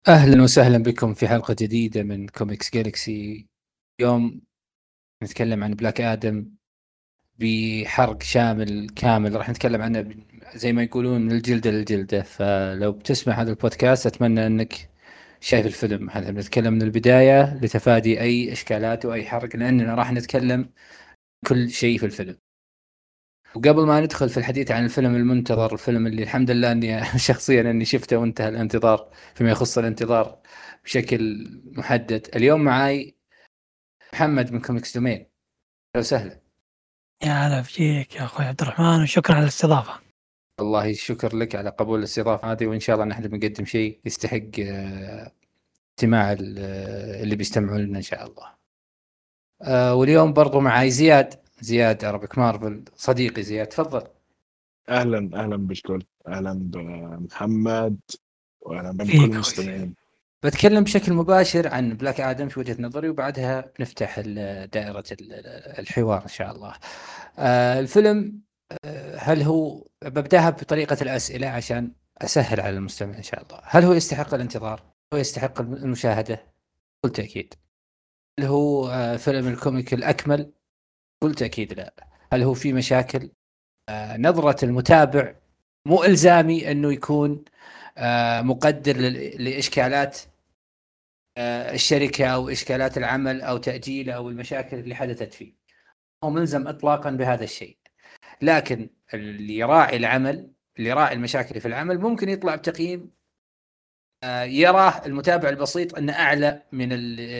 أهلا وسهلا بكم في حلقة جديدة من كوميكس جالكسي. اليوم نتكلم عن بلاك آدم بحرق شامل كامل، راح نتكلم عنه زي ما يقولون من الجلدة للجلدة. فلو بتسمع هذا البودكاست أتمنى أنك شايف الفيلم. هذا بنتكلم من البداية لتفادي أي إشكالات وأي حرق، لأننا راح نتكلم كل شيء في الفيلم. وقبل ما ندخل في الحديث عن الفيلم المنتظر، الفيلم اللي الحمد لله اني شخصيا اني شفته وانتهى الانتظار فيما يخص الانتظار بشكل محدد، اليوم معاي محمد من كوميكس دومين. اهلا وسهلا. يا هلا فيك يا اخوي عبد الرحمن، وشكرا على الاستضافه. والله شكر لك على قبول الاستضافه هذه، وان شاء الله نحن بنقدم شيء يستحق استماع اللي بيستمعون لنا ان شاء الله. واليوم برضو معاي زياد عربك مارفل، صديقي زياد، تفضل. اهلا بالكل، اهلا بمحمد واهلا بكل فيك المستمعين. بتكلم بشكل مباشر عن بلاك آدم في وجهة نظري، وبعدها بنفتح دائرة الحوار إن شاء الله. الفيلم، هل هو، ببدأها بطريقة الأسئلة عشان أسهل على المستمع إن شاء الله. هل هو يستحق الانتظار؟ هو يستحق المشاهدة؟ قلت أكيد. هل هو فيلم الكوميك الأكمل؟ قلت أكيد لا. هل هو في مشاكل؟ نظرة المتابع مو إلزامي أنه يكون مقدر لإشكالات الشركة أو إشكالات العمل أو تأجيله أو المشاكل اللي حدثت فيه، هو ملزم إطلاقا بهذا الشيء. لكن اللي يراعي العمل، اللي يراعي المشاكل في العمل، ممكن يطلع بتقييم يراه المتابع البسيط أنه أعلى من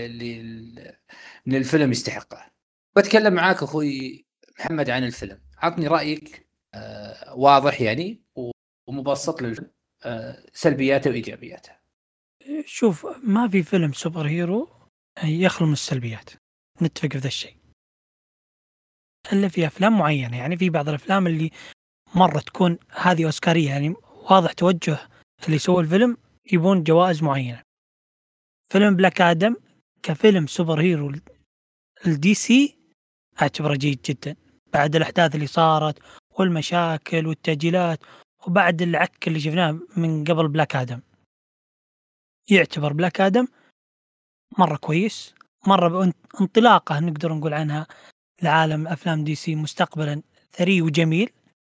من الفيلم يستحقه. بتكلم معاك أخوي محمد عن الفيلم، عطني رأيك واضح يعني ومبسط للفيلم، سلبياته وإيجابياته. شوف، ما في فيلم سوبر هيرو يخلو من السلبيات، نتفق في ذا الشيء. الا في افلام معينه، يعني في بعض الافلام اللي مره تكون هذه اوسكاريه، يعني واضح توجه اللي سووا الفيلم، يبون جوائز معينه. فيلم بلاك ادم كفيلم سوبر هيرو الدي سي اعتبره جيد جدا، بعد الاحداث اللي صارت والمشاكل والتاجيلات، وبعد العك اللي شفناه من قبل بلاك ادم. يعتبر بلاك ادم مره كويس، مره انطلاقه نقدر نقول عنها لعالم افلام دي سي مستقبلا ثري وجميل.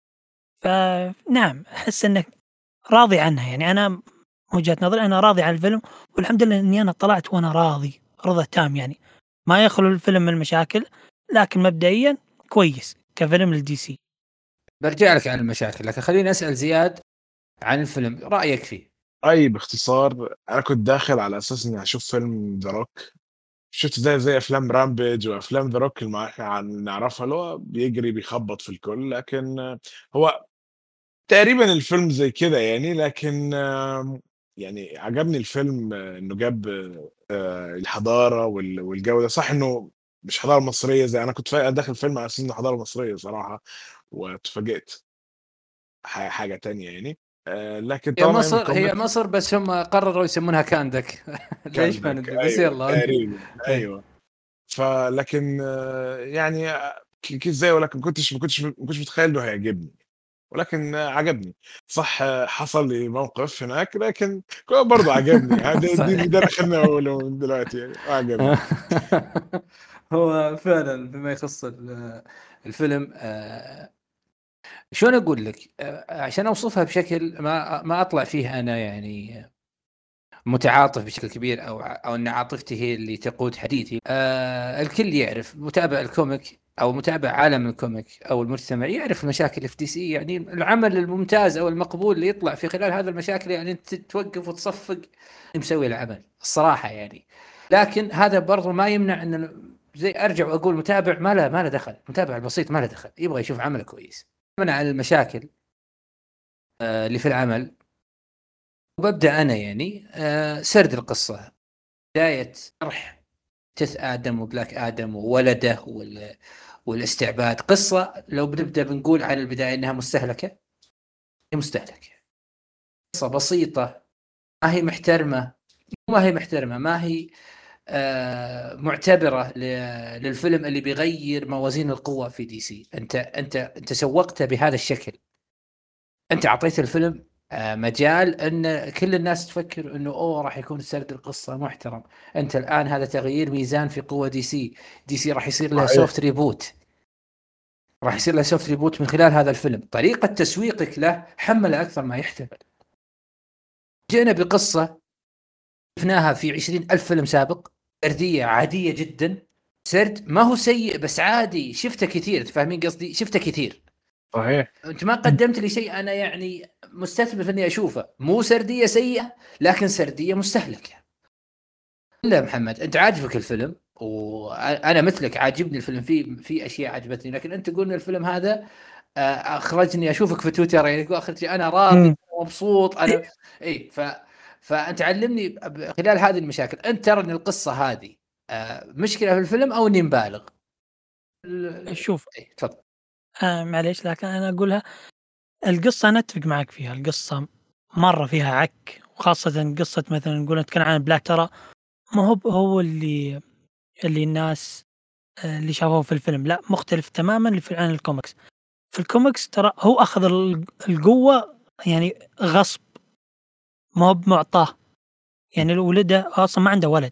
فنعم، احس انك راضي عنها، يعني انا من وجهه نظري انا راضي عن الفيلم، والحمد لله اني انا طلعت وانا راضي رضا تام، يعني ما يخلو الفيلم من المشاكل، لكن مبدئيا كويس كفيلم للدي سي. برجع لك عن المشاكل، لكن خليني أسأل زياد عن الفيلم، رأيك فيه. اي باختصار، انا كنت داخل على اساس اني اشوف فيلم ذا روك. شفت زي افلام رامبيج وافلام ذا روك اللي احنا نعرفها، اللي هو بيجري بيخبط في الكل، لكن هو تقريبا الفيلم زي كده يعني. لكن يعني عجبني الفيلم، انه جاب الحضاره والجو ده. صح انه مش حضاره مصريه، زي انا كنت داخل الفيلم على اساس انه حضاره مصريه صراحه، واتفاجئت حاجه تانية يعني. لكن هي طبعا مصر، هي الكوميك مصر، بس هم قرروا يسمونها كاندك. ليش ما كاندك، ندري، بس ايوه يلا انت. تقريبا، إيه. ايوه. فلكن يعني كيف ازاي، ولكن ما كنتش متخيل انه هيعجبني، ولكن عجبني. صح، حصل لي موقف هناك، لكن برضه عجبني. هذا صحيح. ده اللي خليني اقوله من دلوقتي يعني، عجبني. هو فعلا بما يخص الفيلم، شلون اقول لك، عشان اوصفها بشكل ما اطلع فيه انا يعني متعاطف بشكل كبير، او ان عاطفتي هي اللي تقود حديثي. الكل يعرف، متابع الكوميك او متابع عالم الكوميك او المجتمع يعرف المشاكل في دي سي، يعني العمل الممتاز او المقبول اللي يطلع في خلال هذا المشاكل، يعني انت توقف وتصفق مسوي العمل الصراحة يعني. لكن هذا برضو ما يمنع ان زي ارجع واقول متابع ما له دخل، متابع البسيط ما له دخل، يبغى يشوف عمله كويس من على المشاكل اللي في العمل. وببدأ أنا يعني سرد القصة، بداية شرح تث آدم وبلاك آدم وولده والاستعباد. قصة لو بنبدأ بنقول عن البداية إنها مستهلكة، هي مستهلكة. قصة بسيطة، ما هي محترمة، ما هي معتبرة للفيلم اللي بيغير موازين القوة في دي سي. أنت سوقته بهذا الشكل، أنت أعطيت الفيلم مجال ان كل الناس تفكر انه اوه راح يكون سرد القصه محترم. انت الان هذا تغيير ميزان في قوه دي سي راح يصير لها صحيح. سوفت ريبوت، راح يصير له سوفت ريبوت من خلال هذا الفيلم. طريقة تسويقك له حمله أكثر ما يحتمل. جينا بقصة شفناها في 20,000 فيلم سابق، سردية عادية جدا، سرد ما هو سيء بس عادي، شفته كثير، تفهمين قصدي؟ شفته كثير. صحيح. أنت ما قدمت لي شيء أنا يعني مستثمر إني أشوفه، مو سردية سيئة لكن سردية مستهلكة. لا محمد أنت عاجبك الفيلم وأنا مثلك عاجبني الفيلم، في أشياء عجبتني، لكن أنت تقول الفيلم هذا اخرجني اشوفك في تويتر يعني اخرجني انا راضي مبسوط انا اي فانت علمني خلال هذه المشاكل. انت ترى ان القصه هذه مشكله في الفيلم او اني مبالغ؟ شوف تفضل. معليش لكن انا اقولها، القصه انا اتفق معك فيها، القصه مره فيها عك، وخاصه قصه مثلا نقول نتكلم عن بلاك، ترى ما هو اللي الناس اللي شافوه في الفيلم، لا مختلف تماما عن الكوميكس. في الكوميكس ترى هو اخذ القوه يعني غصب، ما هو بمعطاه. يعني ولده اصلا ما عنده ولد،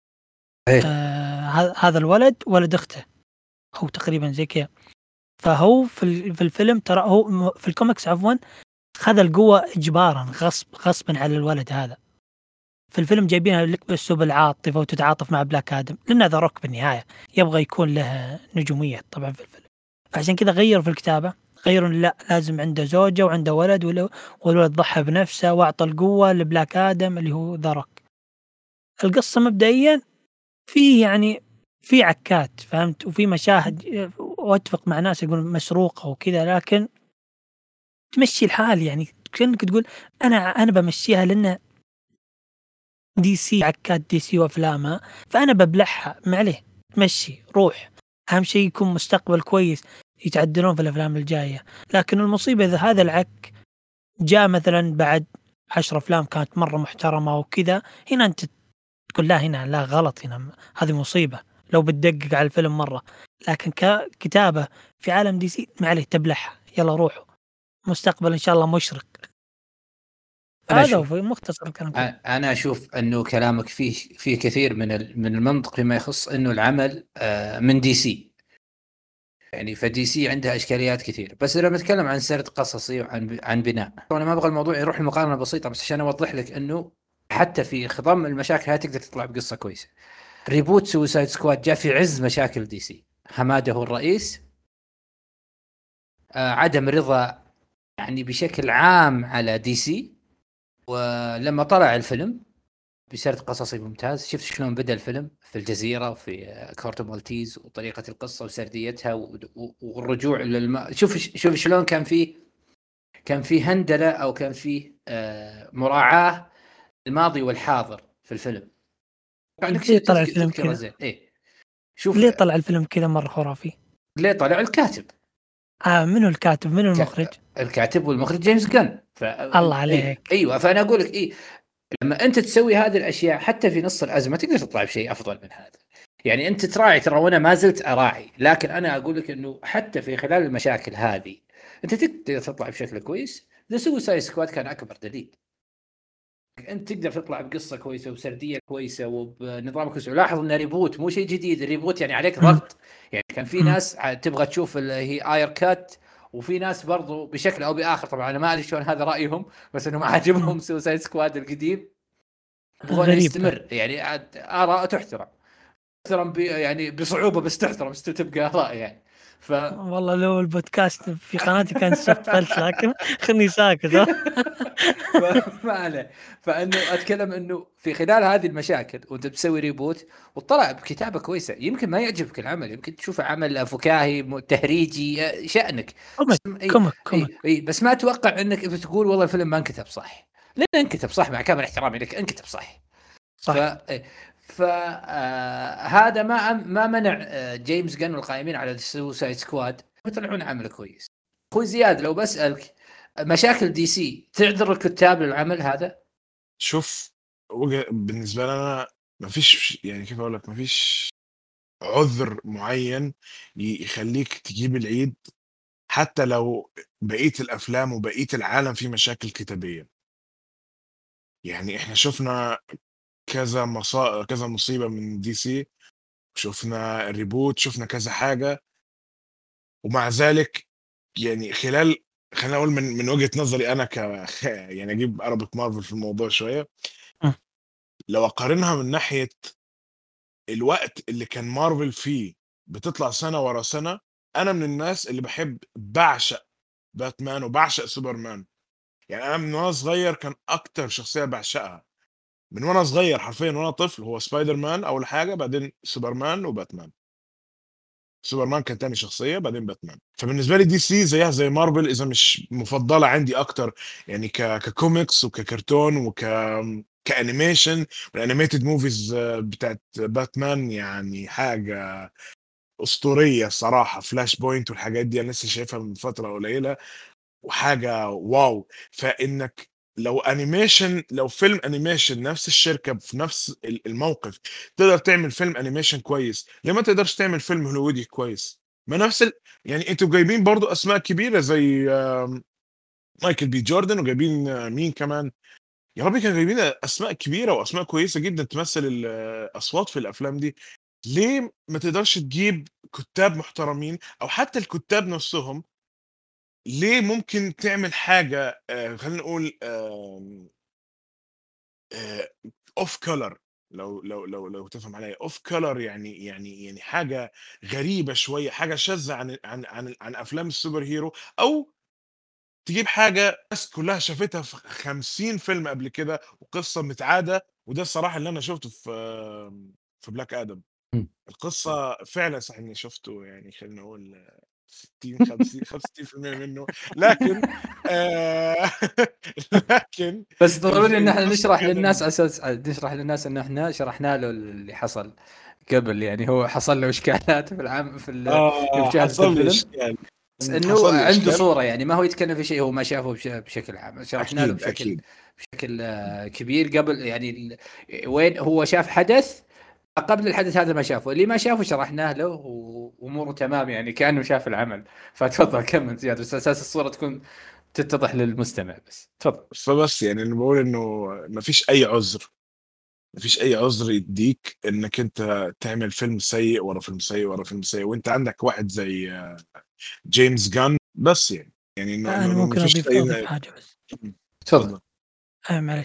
هذا الولد ولد اخته او تقريبا زي كذا. فهو في الفيلم ترى هو في الكوميكس عفوا خذ القوه اجبارا غصبا على الولد هذا. في الفيلم جايبينها لك باسلوب العاطفه وتتعاطف مع بلاك ادم، لان ذا روك بالنهايه يبغى يكون له نجوميه طبعا في الفيلم. فعشان كذا غيروا في الكتابه، غيروا لا لازم عنده زوجه وعنده ولد، والولد ضحى بنفسه واعطى القوه لبلاك ادم اللي هو ذا روك. القصه مبدئيا في يعني في عكات فهمت، وفي مشاهد واتفق مع ناس يقولون مسروقه وكذا، لكن تمشي الحال يعني كأنك تقول انا بمشيها لان دي سي، عكات دي سي وافلامها، فانا ببلعها ما عليه، تمشي روح. اهم شيء يكون مستقبل كويس يتعدلون في الافلام الجايه. لكن المصيبه اذا هذا العك جاء مثلا بعد 10 افلام كانت مره محترمه وكذا، هنا انت تقول لا هنا لا غلط، هنا هذه مصيبه لو بتدقق على الفيلم مره. لكن ككتابه في عالم دي سي ما عليه، تبلعها يلا روحوا، مستقبل ان شاء الله مشرق. هذا هو في مختصر الكلام كله. انا اشوف انه كلامك فيه كثير من المنطق فيما يخص انه العمل من دي سي، يعني فدي سي عندها اشكاليات كثير. بس لما نتكلم عن سرد قصصي وعن بناء، انا ما ابغى الموضوع يروح لمقارنه بسيطه، بس عشان اوضح لك انه حتى في خضم المشاكل هاي تقدر تطلع بقصه كويسه. ريبوت سوسايد سكواد جاء في عز مشاكل دي سي، حماده هو الرئيس، عدم رضا يعني بشكل عام على دي سي. ولما طلع الفيلم بسرد قصصي ممتاز، شفت شلون بدأ الفيلم في الجزيرة وفي كورتو مالتيز وطريقة القصة وسرديتها والرجوع شوف شلون كان في هندلة أو كان في مراعاة الماضي والحاضر في الفيلم. ليه طلع الفيلم كذا؟ شوف ليه طلع الفيلم كذا مرة خرافي؟ ليه طلع الكاتب؟ منو الكاتب منو المخرج؟ الكاتب والمخرج جيمس جن. الله عليك. ايوه فانا اقول لك لما انت تسوي هذه الاشياء حتى في نص الازمه تقدر تطلع بشيء افضل من هذا. يعني انت تراعي، ترى وانا ما زلت اراعي، لكن انا اقول لك انه حتى في خلال المشاكل هذه انت تقدر تطلع بشكل كويس. ذا سوسايد سكواد كان اكبر دليل. انت تقدر تطلع بقصه كويسه وسرديه كويسه وبنظام كويس. ولاحظ ان ريبوت مو شيء جديد، الريبوت يعني عليك ضغط. يعني كان في ناس تبغى تشوف اللي هي اير كات، وفي ناس برضو بشكل او باخر، طبعا انا ما ادري شلون هذا رايهم، بس انه ما عجبهم سوسايد سكواد القديم، يبغون يستمر. يعني اراء تحترم يعني بصعوبه، بس تحترم، بس تبقى اراء يعني. والله لو البودكاست في قناتي كان سوفت فلت، لكن خلني ساكت. ما عليه. فانه اتكلم انه في خلال هذه المشاكل وانت بتسوي ريبوت وطلع بكتابه كويسه، يمكن ما يعجبك العمل، يمكن تشوفه عمل فكاهي تهريجي شأنك، كوميك. بس ما اتوقع انك بتقول والله الفيلم ما انكتب صح، لانه انكتب صح مع كامل احترامي لك، انكتب صح. هذا ما منع جيمس جن والقائمين على سوسايد سكواد يطلعون عمل كويس. اخوي زياد لو بسألك مشاكل دي سي تعذر الكتاب للعمل هذا؟ شوف بالنسبه لنا ما فيش، يعني كيف اقول لك، ما فيش عذر معين يخليك تجيب العيد حتى لو بقية الأفلام وبقية العالم فيه مشاكل كتابية. يعني إحنا شُفنا كذا مصيبة من DC، شُفنا reboot، شُفنا كذا حاجة، ومع ذلك يعني خلّينا نقول من وجهة نظري أنا يعني أجيب أربط مارفل في الموضوع شوية، إمم. لو أقارنها من ناحية الوقت اللي كان مارفل فيه بتطلع سَنة ورا سَنة، أنا من الناس اللي باعشق باتمان وباعشق سوبرمان. يعني أنا من وأنا صغير كان أكتر شخصية باعشقها، من وأنا صغير حرفيًا وأنا طفل هو سبايدر مان أول حاجة، بعدين سوبرمان وباتمان. سوبرمان كان تاني شخصية، بعدين باتمان. فبالنسبة لي DC زيها زي مارفل، إذا مش مفضلة عندي أكتر، يعني ككوميكس وككرتون كأنيميشن. الأنيميتد موفيز بتاعة باتمان يعني حاجة أسطورية الصراحة. فلاش بوينت والحاجات دي أنا لسه شايفها من فترة قليلة وحاجة واو. فإنك لو فيلم أنيميشن نفس الشركة في نفس الموقف تقدر تعمل فيلم أنيميشن كويس، ليه ما تقدرش تعمل فيلم هوليوودي كويس؟ ما نفس يعني أنتم جايبين برضه أسماء كبيرة زي مايكل بي جوردن، وجايبين مين كمان؟ يا ربي كانوا جايبين أسماء كبيرة وأسماء كويسة جدًا تمثل الأصوات في الأفلام دي. ليه ما تقدرش تجيب كُتّاب محترمين أو حتى الكُتّاب نفسهم؟ ليه ممكن تعمل حاجة خلّينا نقول آآ off color، لو تفهم عليّا off color، يعني حاجة غريبة شوية، حاجة شاذة عن أفلام السوبر هيرو، أو تجيب حاجة الناس كلّها شافتها في 50 فيلم قبل كده وقصة متعادة. وده الصراحة اللي أنا شُفته في Black Adam. إمم. القصة فعلًا صح إني شُفته، يعني خلّينا نقول 60، 50، 65% منّه، لكن آآ لكن بس ضروري إن إحنا القصة نشرح للناس فعلًا أساس نشرح للناس إن إحنا شرحنا له اللي حصل قبل، يعني هو حصل له إشكالات في العام في مشاهدة حصل لي الفيلم، إشكال. بس إنه حصل لي عنده إشكال. صورة، يعني ما هو يتكلم في شيء هو ما شافه بشكل عام، شرحنا له أكيد، أكيد. بشكل كبير قبل، يعني وين هو شاف حدث قبل الحدث هذا ما شافه، اللي ما شافه شرحناه له وأموره تمام، يعني كأنه شاف العمل. فتفضل كمل زياد، بس أساس الصورة تكون تتضح للمستمع. بس تفضل. فبس يعني أنا باقول إنه ما فيش أي عُذر يدّيك إنّك أنت تعمل فيلم سيء، ورا فيلم سيء، ورا فيلم سيء، وأنت عندك واحد زي جيمس جان. بس يعني أنا إنه ما ممكن فيش أضيف حاجة بس. تفضل. اتفضل. معليش.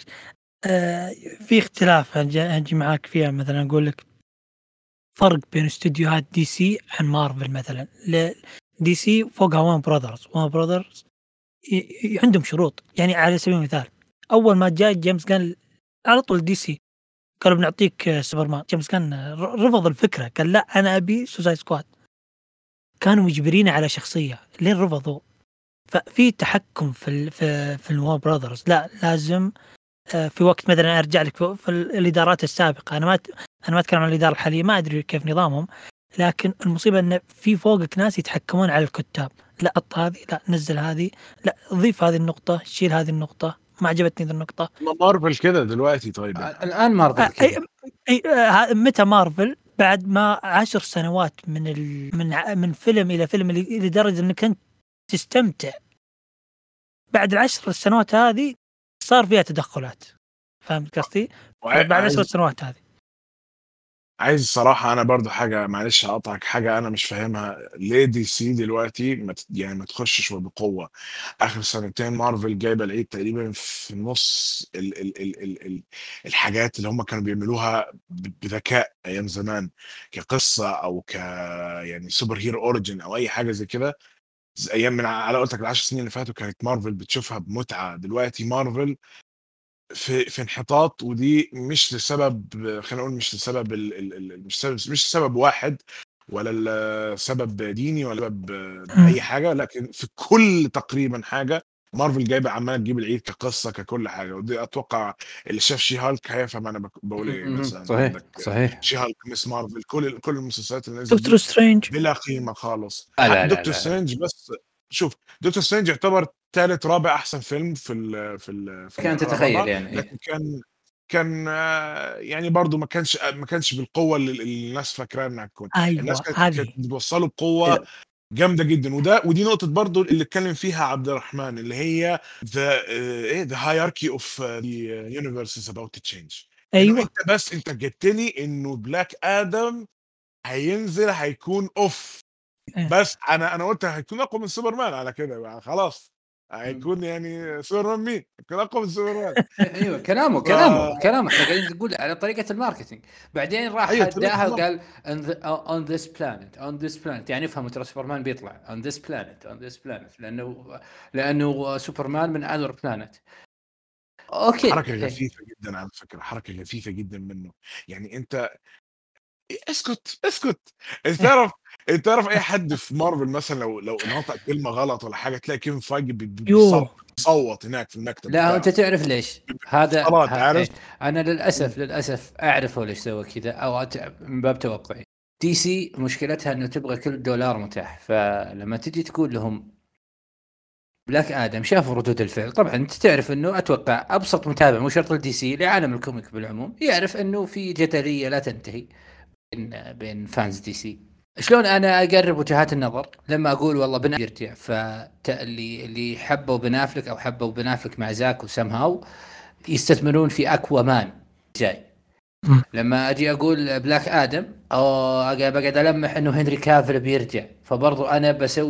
في اختلاف أجي معاك فيها، مثلًا أقول لك فرق بين استديوهات DC عن مارفل مثلًا. DC فوقها Warner Brothers عندهم شروط. يعني على سبيل المثال، أول ما جاء جيمس جان على طول DC قالوا بنعطيك سوبرمان. جيمس جان رفض الفكرة، قال لأ أنا أبي سوسايد سكواد. كانوا مجبرينه على شخصية، لين رفضوا. ففي تحكم في الورنر براذرز. لأ لازم في وقت مثلًا أرجع لك في الإدارات السابقة. أنا ما أتكلم عن الإدارة الحالية، ما أدري كيف نظامهم، لكن المصيبة إن في فوقك ناس يتحكمون على الكتاب. لأ حط هذه، لأ نزّل هذه، لأ ضيف هذه النقطة، شيل هذه النقطة، ما عجبتني ذي النقطة. ما مارفل كده دلوقتي طيب يا محمد. الآن مارفل أي كذا. متى مارفل بعد ما 10 سنوات من فيلم إلى فيلم لدرجة إنك أنت تستمتع، بعد ال10 سنوات هذه صار فيها تدخلات. فهمت قصدي؟ فبعد 10 عايز سنوات هذه الصراحة أنا برضه حاجة، معلش هاقاطعك، حاجة أنا مش فاهمها، ليه DC دلوقتي يعني ما تخشش وبقوة؟ آخر سنتين مارفل جايبة العيد تقريبًا في نُص ال الحاجات اللي هم كانوا بيعملوها بذكاء أيام زمان، كقصة أو يعني super hero origin أو أي حاجة زي كده. أيام من على قولتك ال10 سنين اللي فاتوا كانت مارفل بتشوفها بمتعة. دلوقتي مارفل في انحطاط، ودي مش لسبب، خلينا نقول مش لسبب مش سبب واحد، ولا سبب ديني، ولا سبب إمم. اي حاجه، لكن في كل تقريبا حاجه مارفل جايبه عماله تجيب العيد كقصه ككل حاجه. ودي اتوقع اللي شاف شي هالك هيفهم انا بقول ايه. مثلا صحيح عندك صحيح. شي هالك، مس مارفل، كل المسلسلات اللي نزلت دكتور دي سترينج. بلا قيمه خالص. لا لا لا دكتور لا. سترينج بس. شوف، دكتور سترينج يعتبر ثالث رابع احسن فيلم في كان المرحله تتخيل الرابعه، يعني لكن إيه. كان يعني برضه ما كانش بالقوه اللي الناس فاكراها انها تكون. الناس أيوه كانت هذه. بتوصله بقوه إذا جامده جدا. ودي نقطه برضو اللي اتكلم فيها عبد الرحمن، اللي هي the hierarchy of the universe is about to change. انه ايوه انت جبت لي انه بلاك ادم هينزل هيكون اوف، إيه. بس انا قلت هيكون اقوى من سوبرمان على كده بقى خلاص، هيكون يعني سوبرمان مين؟ هيكون اقوى من سوبرمان. ايوه كلامه ف كلامه احنا قاعدين نقول على طريقه الماركتينج. بعدين راح ايوه طريقه هداها الماركت. وقال on this planet on this planet، يعني افهموا ترى سوبرمان بيطلع on this planet on this planet لانه سوبرمان من other planet. اوكي حركه غثيثه جدا على فكره، حركه غثيثه جدا منه. يعني انت اسكت. انت تعرف اي حد في مارفل مثلا لو نطق كلمه غلط ولا حاجه تلاقي كيفن فايجي يوه بيصوت هناك في المكتب لا انت بتاعه. تعرف ليش هذا خلاص عارف. انا للاسف اعرفه ليش سوى كذا او من باب توقعي. دي سي مشكلتها انه تبغى كل دولار متاح، فلما تجي تقول لهم بلاك ادم شافوا ردود الفعل. طبعا انت تعرف انه اتوقع ابسط متابع مو شرط الدي سي لعالم الكوميك بالعموم يعرف انه في جدليه لا تنتهي بين فانز دي سي. شلون انا اقرب وجهات النظر لما اقول والله بن يرجع، اللي حبوا بن افلك او حبوا بن افلك مع زاك وسام هاو يستثمرون في اكوا مان جاي. لما اجي اقول بلاك ادم او بقعد المح انه هنري كافل بيرجع، فبرضو انا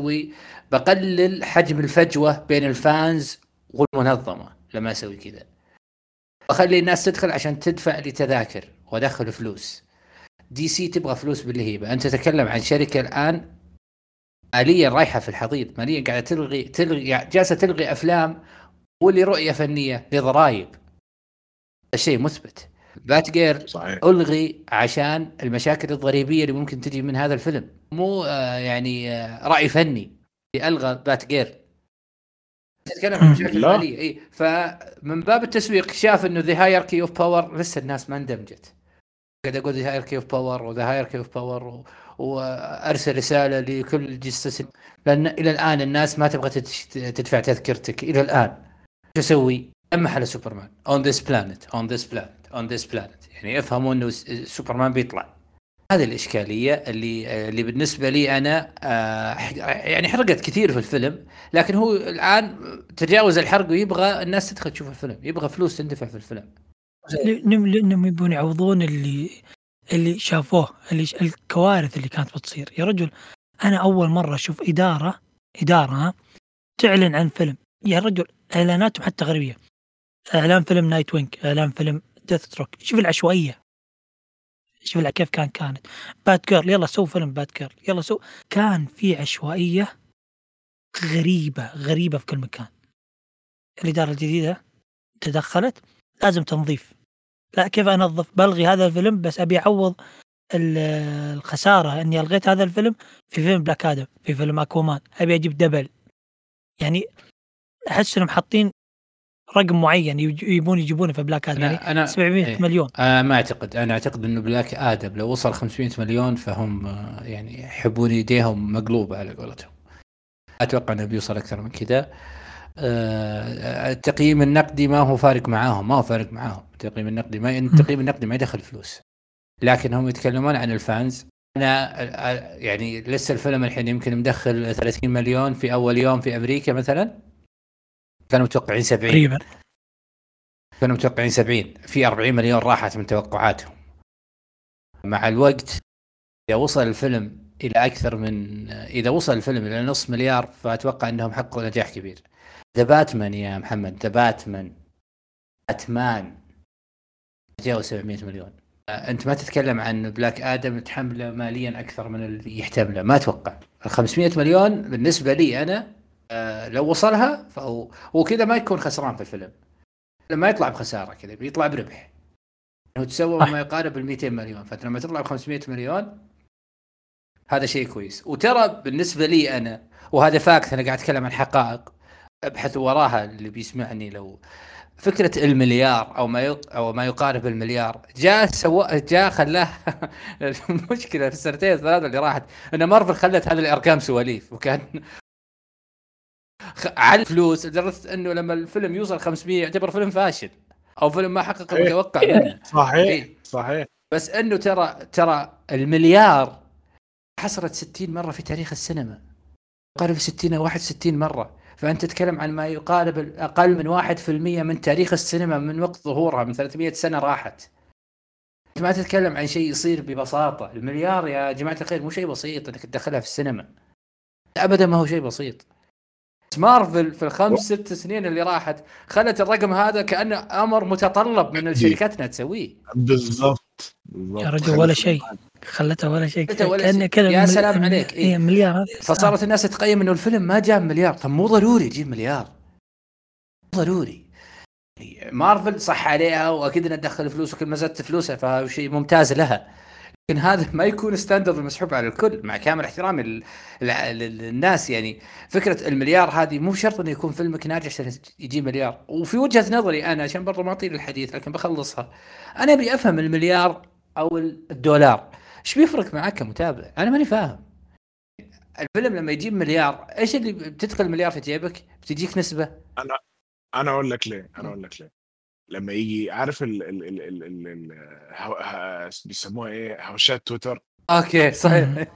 بقلل حجم الفجوه بين الفانز والمنظمه لما اسوي كذا. اخلي الناس تدخل عشان تدفع لي تذاكر وادخل فلوس. دي سي تبغى فلوس بالهيبه. انت تتكلم عن شركه الان ماليا رايحه في الحضيض، ماليا قاعده تلغي جالسه تلغي افلام واللي رؤيه فنيه لضرائب. الشيء مثبت. بات جير صحيح. الغي عشان المشاكل الضريبيه اللي ممكن تجي من هذا الفيلم، مو راي فني الغى بات جير. تتكلم عن مشاكل لا. ماليه. اي فمن باب التسويق شاف انه ذا هايركي اوف باور لسه الناس ما اندمجت. قاعد اقول ذا هايركي اوف باور وذا هايركي اوف باور وارسل رساله لكل جستس، لان الى الان الناس ما تبغى تدفع تذكرتك الى الان. شو اسوي؟ امح على سوبرمان on this planet. يعني افهموا انه سوبرمان بيطلع. هذه الاشكاليه اللي بالنسبه لي انا يعني حرقت كثير في الفيلم، لكن هو الان تجاوز الحرق ويبغى الناس تدخل تشوف الفيلم، يبغى فلوس تندفع في الفيلم. لانهم يبون يعوضون اللي شافوه، الكوارث اللي كانت بتصير. يا رجل انا اول مره اشوف اداره تعلن عن فيلم. يا رجل اعلاناتهم حتى غريبه، اعلان فيلم نايت وينج، اعلان فيلم ديث ستروك. شوف العشوائيه، شوف كيف كانت بات جيرل، يلا سووا فيلم بات جيرل، يلا سووا. كان في عشوائيه غريبه في كل مكان. الاداره الجديده تدخلت، لازم تنظيف. لا كيف انظف؟ بلغي هذا الفيلم بس ابي اعوض الخساره اني الغيت هذا الفيلم في فيلم بلاك ادم، في فيلم اكوامان، ابي اجيب دبل. يعني احس انهم حاطين رقم معين يبون يجيبونه في بلاك ادم، يعني 700 مليون. ما اعتقد، انا اعتقد انه بلاك ادم لو وصل 500 مليون فهم يعني يحبون يديهم مقلوبه على قولتهم. اتوقع انه بيوصل اكثر من كذا. التقييم النقدي ما هو فارق معاهم. التقييم النقدي ما يدخل فلوس، لكن هم يتكلمون عن الفانز. انا يعني لسه الفيلم الحين يمكن مدخل 30 مليون في اول يوم في امريكا مثلا، كانوا متوقعين 70 تقريبا. في 40 مليون راحت من توقعاتهم. مع الوقت اذا وصل الفيلم الى نص مليار فاتوقع انهم حققوا نجاح كبير. ذا باتمان يا محمد، ذا باتمان تجاوز 700 مليون. انت ما تتكلم عن بلاك ادم تحمله ماليا اكثر من اللي يحتمله. ما اتوقع 500 مليون بالنسبه لي انا لو وصلها فهو وكذا ما يكون خسران في الفيلم، لما يطلع بخساره كذا بيطلع بربح. هو تسوى ما يقارب ال 200 مليون، فلما تطلع ب 500 مليون هذا شيء كويس. وترى بالنسبه لي انا، وهذا فاكت، انا قاعد اتكلم عن حقائق ابحث وراها. اللي بيسمعني لو فكره المليار او ما يقارب المليار جاء خلاه المشكله في السنتين الثلاثه اللي راحت ان مارفل خلت هذه الارقام سواليف، وكان على فلوس لدرجه انه لما الفيلم يوصل 500 يعتبر فيلم فاشل او فيلم ما حقق المتوقع منه. صحيح. بس انه ترى المليار حصلت 60 مره في تاريخ السينما. يقارب 60 أو 61 مرة. فأنت تتكلم عن ما يقارب أقل من 1% من تاريخ السينما من وقت ظهورها، من 300 سنة راحت. أنت ما تتكلم عن شيء يصير ببساطة. المليار يا جماعة الخير مو شيء بسيط أنك تدخلها في السينما، أبدا ما هو شيء بسيط. مارفل في الخمس 6 سنين اللي راحت خلت الرقم هذا كأنه أمر متطلب من الشركات انها تسويه. بالضبط يا رجل ولا شيء خلته ولا شيء، كأنه كذا يا سلام عليك. إيه مليار هذه. فصارت الناس تقيم انه الفيلم ما جاب مليار. طب مو ضروري يجيب مليار، مو ضروري. مارفل صح عليها واكيد انها تدخل فلوس وكل ما زادت فلوسها فهذا شيء ممتاز لها، لكن هذا ما يكون ستاندرد المسحوب على الكل. مع كامل احترامي للناس، يعني فكرة المليار هذه مو شرط انه يكون فيلمك ناجح عشان يجيب مليار. وفي وجهة نظري انا، عشان برضو ما اطيل الحديث لكن بخلصها، انا ابي افهم المليار او الدولار ايش بيفرق معك كمتابع. انا ماني فاهم. الفيلم لما يجيب مليار ايش اللي بتدخل مليار في جيبك؟ بتجيك نسبة. انا اقول لك ليه. لما يجي عارف بيسموها ايه، هوشات تويتر. اوكي صحيح.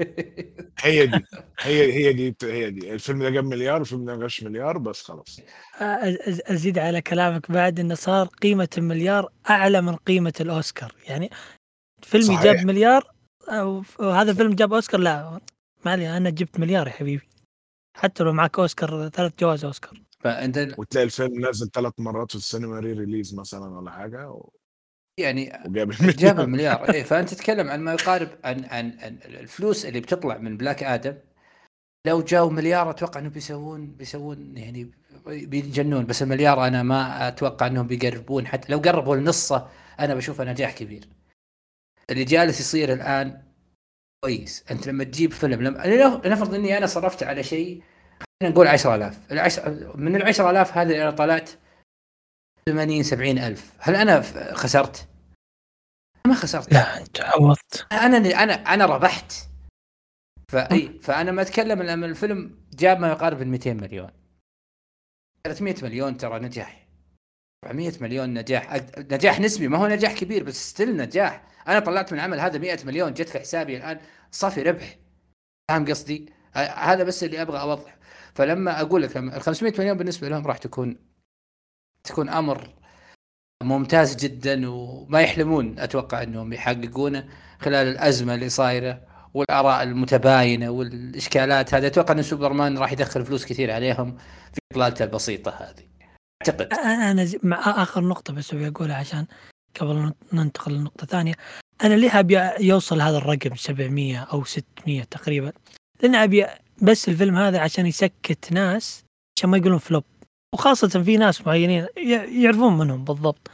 هي دي الفيلم ده جاب مليار، الفيلم ده ما جابش مليار، بس خلاص. ازيد على كلامك بعد انه صار قيمة المليار اعلى من قيمة الاوسكار. يعني فيلم صحيح. جاب مليار وهذا الفيلم جاب اوسكار، لا ما علي، انا جبت مليار يا حبيبي حتى لو معك اوسكار 3 جوائز اوسكار. فانت وتلاقي الفيلم نازل 3 مرات في السينما ري ريليز مثلا ولا حاجه يعني وجاب جاب المليار. إيه، فأنت تتكلم عن ما يقارب عن الفلوس اللي بتطلع من بلاك آدم. لو جاوا مليار أتوقع إنه بيسوون يعني بيجنون. بس المليار أنا ما أتوقع إنهم بيقربون، حتى لو قربوا النصه أنا بشوفه نجاح كبير. اللي جالس يصير الآن كويس. أنت لما تجيب فيلم، لما نفرض إني أنا صرفت على شيء، خلينا نقول 10,000. من 10,000 هذه أنا طلعت 80-70 ألف، هل أنا خسرت؟ ما خسرت. لا انت عوضت. انا ربحت. فانا ما اتكلم لما الفيلم جاب ما يقارب 200 مليون، 300 مليون ترى نجاح، 400 مليون نجاح نسبي، ما هو نجاح كبير بس ستيل نجاح. انا طلعت من عمل هذا 100 مليون جت في حسابي الان صافي ربح. فاهم قصدي؟ هذا بس اللي ابغى اوضح. فلما اقول لك ال 500 مليون بالنسبه لهم راح تكون امر ممتاز جدا، وما يحلمون أتوقع أنهم يحققونه خلال الأزمة اللي صايرة والآراء المتباينة والإشكالات هذه. أتوقع أن سوبرمان راح يدخل فلوس كثير عليهم في إطلالته البسيطة هذه، أعتقد. أنا مع آخر نقطة بس أبي أقولها عشان قبل ننتقل لنقطة ثانية. أنا ليه أبي يوصل هذا الرقم 700 أو 600 تقريبا؟ لأن أبي بس الفيلم هذا عشان يسكت ناس عشان ما يقولون فلوب، وخاصة في ناس معينين يعرفون منهم بالضبط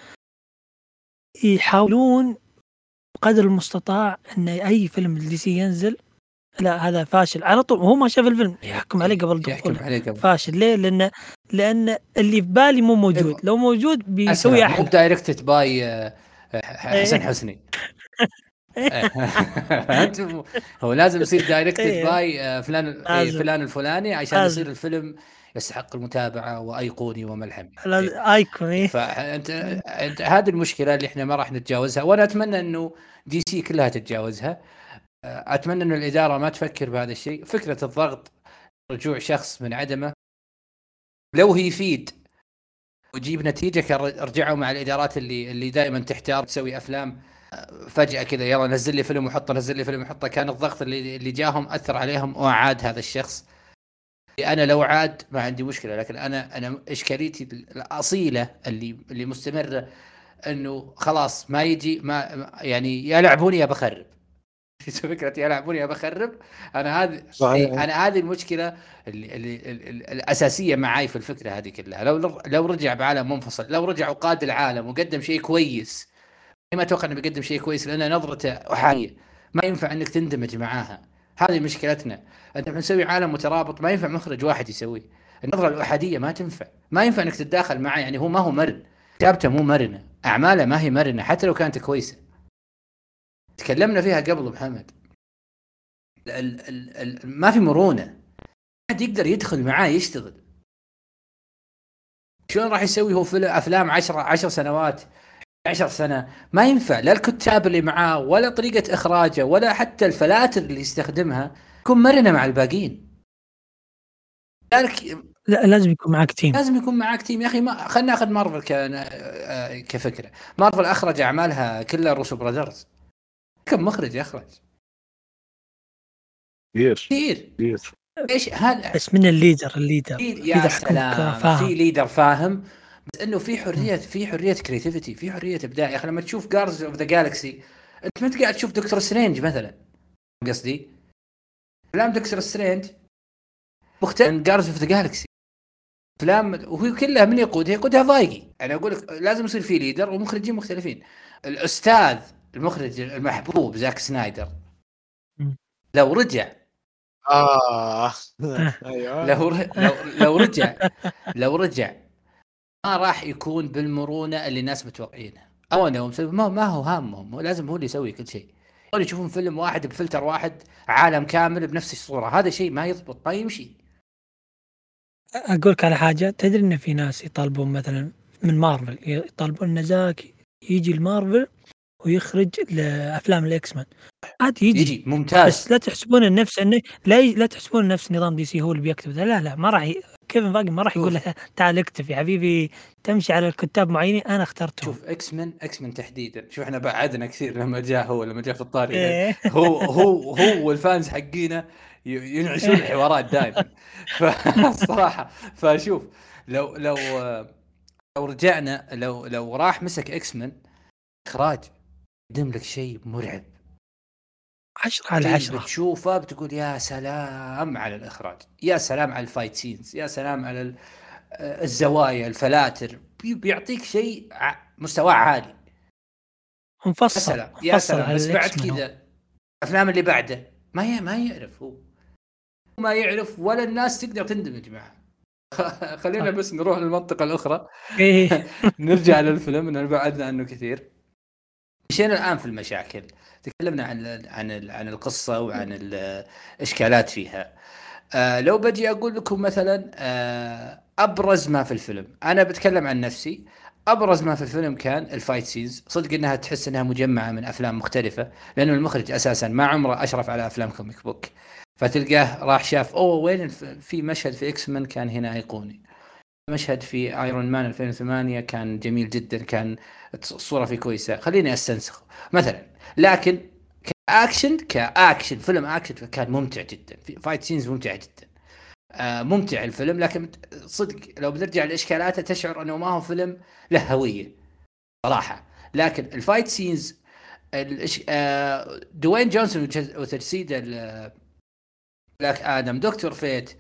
يحاولون بقدر المستطاع أن أي فيلم دي سي ينزل لا هذا فاشل على طول، وهو ما شاف الفيلم يحكم عليه قبل دخوله فاشل. ليه؟ لأن اللي في بالي مو موجود. لو موجود بيسوي أحلى. مو دايركتد باي حسن حسني. هو لازم يصير دايركتد باي فلان الفلاني عشان يصير الفيلم يستحق المتابعة وأيقوني وملحمي. أيقوني. فأنت هذه المشكلة اللي إحنا ما راح نتجاوزها، وأنا أتمنى إنه دي سي كلها تتجاوزها. أتمنى إنه الإدارة ما تفكر بهذا الشيء. فكرة الضغط، رجوع شخص من عدمه لو هي يفيد ويجيب نتيجة، ارجعوا مع الإدارات اللي دائما تحتار تسوي أفلام فجأة كذا، يلا نزل لي فيلم وحطه. كان الضغط اللي جاهم أثر عليهم وأعاد هذا الشخص. أنا لو عاد ما عندي مشكلة، لكن أنا إشكاليتي الأصيلة اللي مستمرة إنه خلاص ما يجي، ما يعني يلعبوني يا بخرب. فكرة يلعبوني يا بخرب. أنا هذه المشكلة اللي الأساسية معاي في الفكرة هذه كلها. لو رجع بعالم منفصل، لو رجع وقاد العالم وقدم شيء كويس، ما أتوقع إنه بيقدم شيء كويس لأن نظرته أحادية، ما ينفع إنك تندمج معاها. هذه مشكلتنا. أنت بنسوي عالم مترابط، ما ينفع مخرج واحد يسويه. النظرة الأحادية ما تنفع، ما ينفع إنك تتداخل معه. يعني هو ما هو مرن، كتابته مو مرنة، أعماله ما هي مرنة حتى لو كانت كويسة. تكلمنا فيها قبل محمد. ما في مرونة، حد يقدر يدخل معاه يشتغل. شلون راح يسوي هو أفلام 10 سنوات 10 سنة؟ ما ينفع. لا الكتاب اللي معاه ولا طريقة إخراجه ولا حتى الفلاتر اللي يستخدمها تكون مرنة مع الباقين. لا لازم يكون معك تيم. لازم يكون معك تيم يا اخي. ما خلينا ناخذ مارفل كفكره. مارفل اخرج اعمالها كلها روسو برادرز، كم مخرج يخرج كثير. ايش هذا؟ بس من الليدر يا سلام، في ليدر فاهم، بس انه في حريه كرياتيفيتي، في حريه ابداع يا اخي. لما تشوف جاردز اوف ذا جالكسي انت ما تقعد تشوف دكتور سترينج مثلا، قصدي افلام دكتور سترينج مختلف عن جاردز اوف ذا جالكسي. افلام وهي كلها من يقودها ضايقي. انا اقول لك لازم يصير في ليدر ومخرجين مختلفين. الاستاذ المخرج المحبوب زاك سنايدر لو رجع ايوه لو رجع ما راح يكون بالمرونه اللي الناس متوقعينها. او انه ما هو هامهم، لازم هو اللي يسوي كل شيء. يشوفون فيلم واحد بفلتر واحد عالم كامل بنفس الصوره، هذا شيء ما يضبط، ما يمشي. اقولك على حاجه، تدري ان في ناس يطالبون مثلا من مارفل، يطالبون ان زاك يجي المارفل ويخرج لافلام الاكس مان. عاد يجي ممتاز، بس لا تحسبون نفس انه لا تحسبون نفس نظام دي سي هو اللي بيكتب. لا ما راح كيفن فاجن ما راح يقول له تعال اكتب يا حبيبي، تمشي على الكتاب معينين انا اخترتهم. شوف اكس مان تحديدا، شوف احنا بعدنا كثير لما جاء في الطاري هو والفانز حقينا ينعشون الحوارات دائما. فالصراحه فشوف لو رجعنا، لو راح مسك اكس مان اخراج، يقدم لك شيء مرعب 10/10. بتشوفه بتقول يا سلام على الاخراج، يا سلام على الفايت سينز، يا سلام على الزوايا الفلاتر، بيعطيك شيء مستوى عالي مفصل يا سلام. بس بعد كذا الافلام اللي بعده ما يعرف، هو ما يعرف ولا الناس تقدر تندمج معه. خلينا بس نروح للمنطقة الأخرى. نرجع للفيلم، نبعدنا عنه كثير. مشينا الآن في المشاكل، تكلمنا عن القصة وعن الإشكالات فيها. لو بدي أقول لكم مثلا أبرز ما في الفيلم، أنا بتكلم عن نفسي. أبرز ما في الفيلم كان الفايت سينز. صدق إنها تحس إنها مجمعة من أفلام مختلفة، لأنه المخرج أساسا ما عمره أشرف على أفلام كوميك بوك، فتلقاه راح شاف وين في مشهد في إكس مان كان هنا أيقوني، مشهد في ايرون مان 2008 كان جميل جدا، كان الصورة فيه كويسة، خليني استنسخه مثلا. لكن كأكشن فيلم أكشن كان ممتع جدا، في فايت سينز ممتع جدا. ممتع الفيلم، لكن صدق لو بنرجع لإشكالاته تشعر أنه ما هو فيلم له هوية صراحة. لكن الفايت سينز دوين جونسون وتجسيد بلاك آدم، دكتور فيت،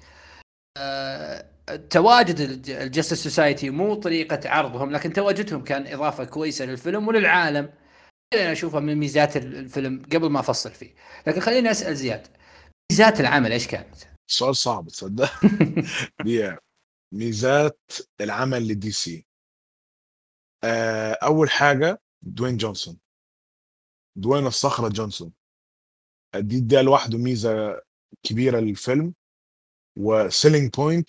تواجد الجستس سوسايتي، مو طريقة عرضهم لكن تواجدهم كان إضافة كويسة للفيلم وللعالم. أنا أشوفها من ميزات الفيلم قبل ما أفصل فيه. لكن خليني أسأل زياد، ميزات العمل إيش كانت؟ سؤال صعب تصدق. دي ميزات العمل لدي سي. أول حاجة دوين جونسون، دوين الصخرة جونسون، ده لوحده ميزة كبيرة للفيلم وسيلينج بوينت،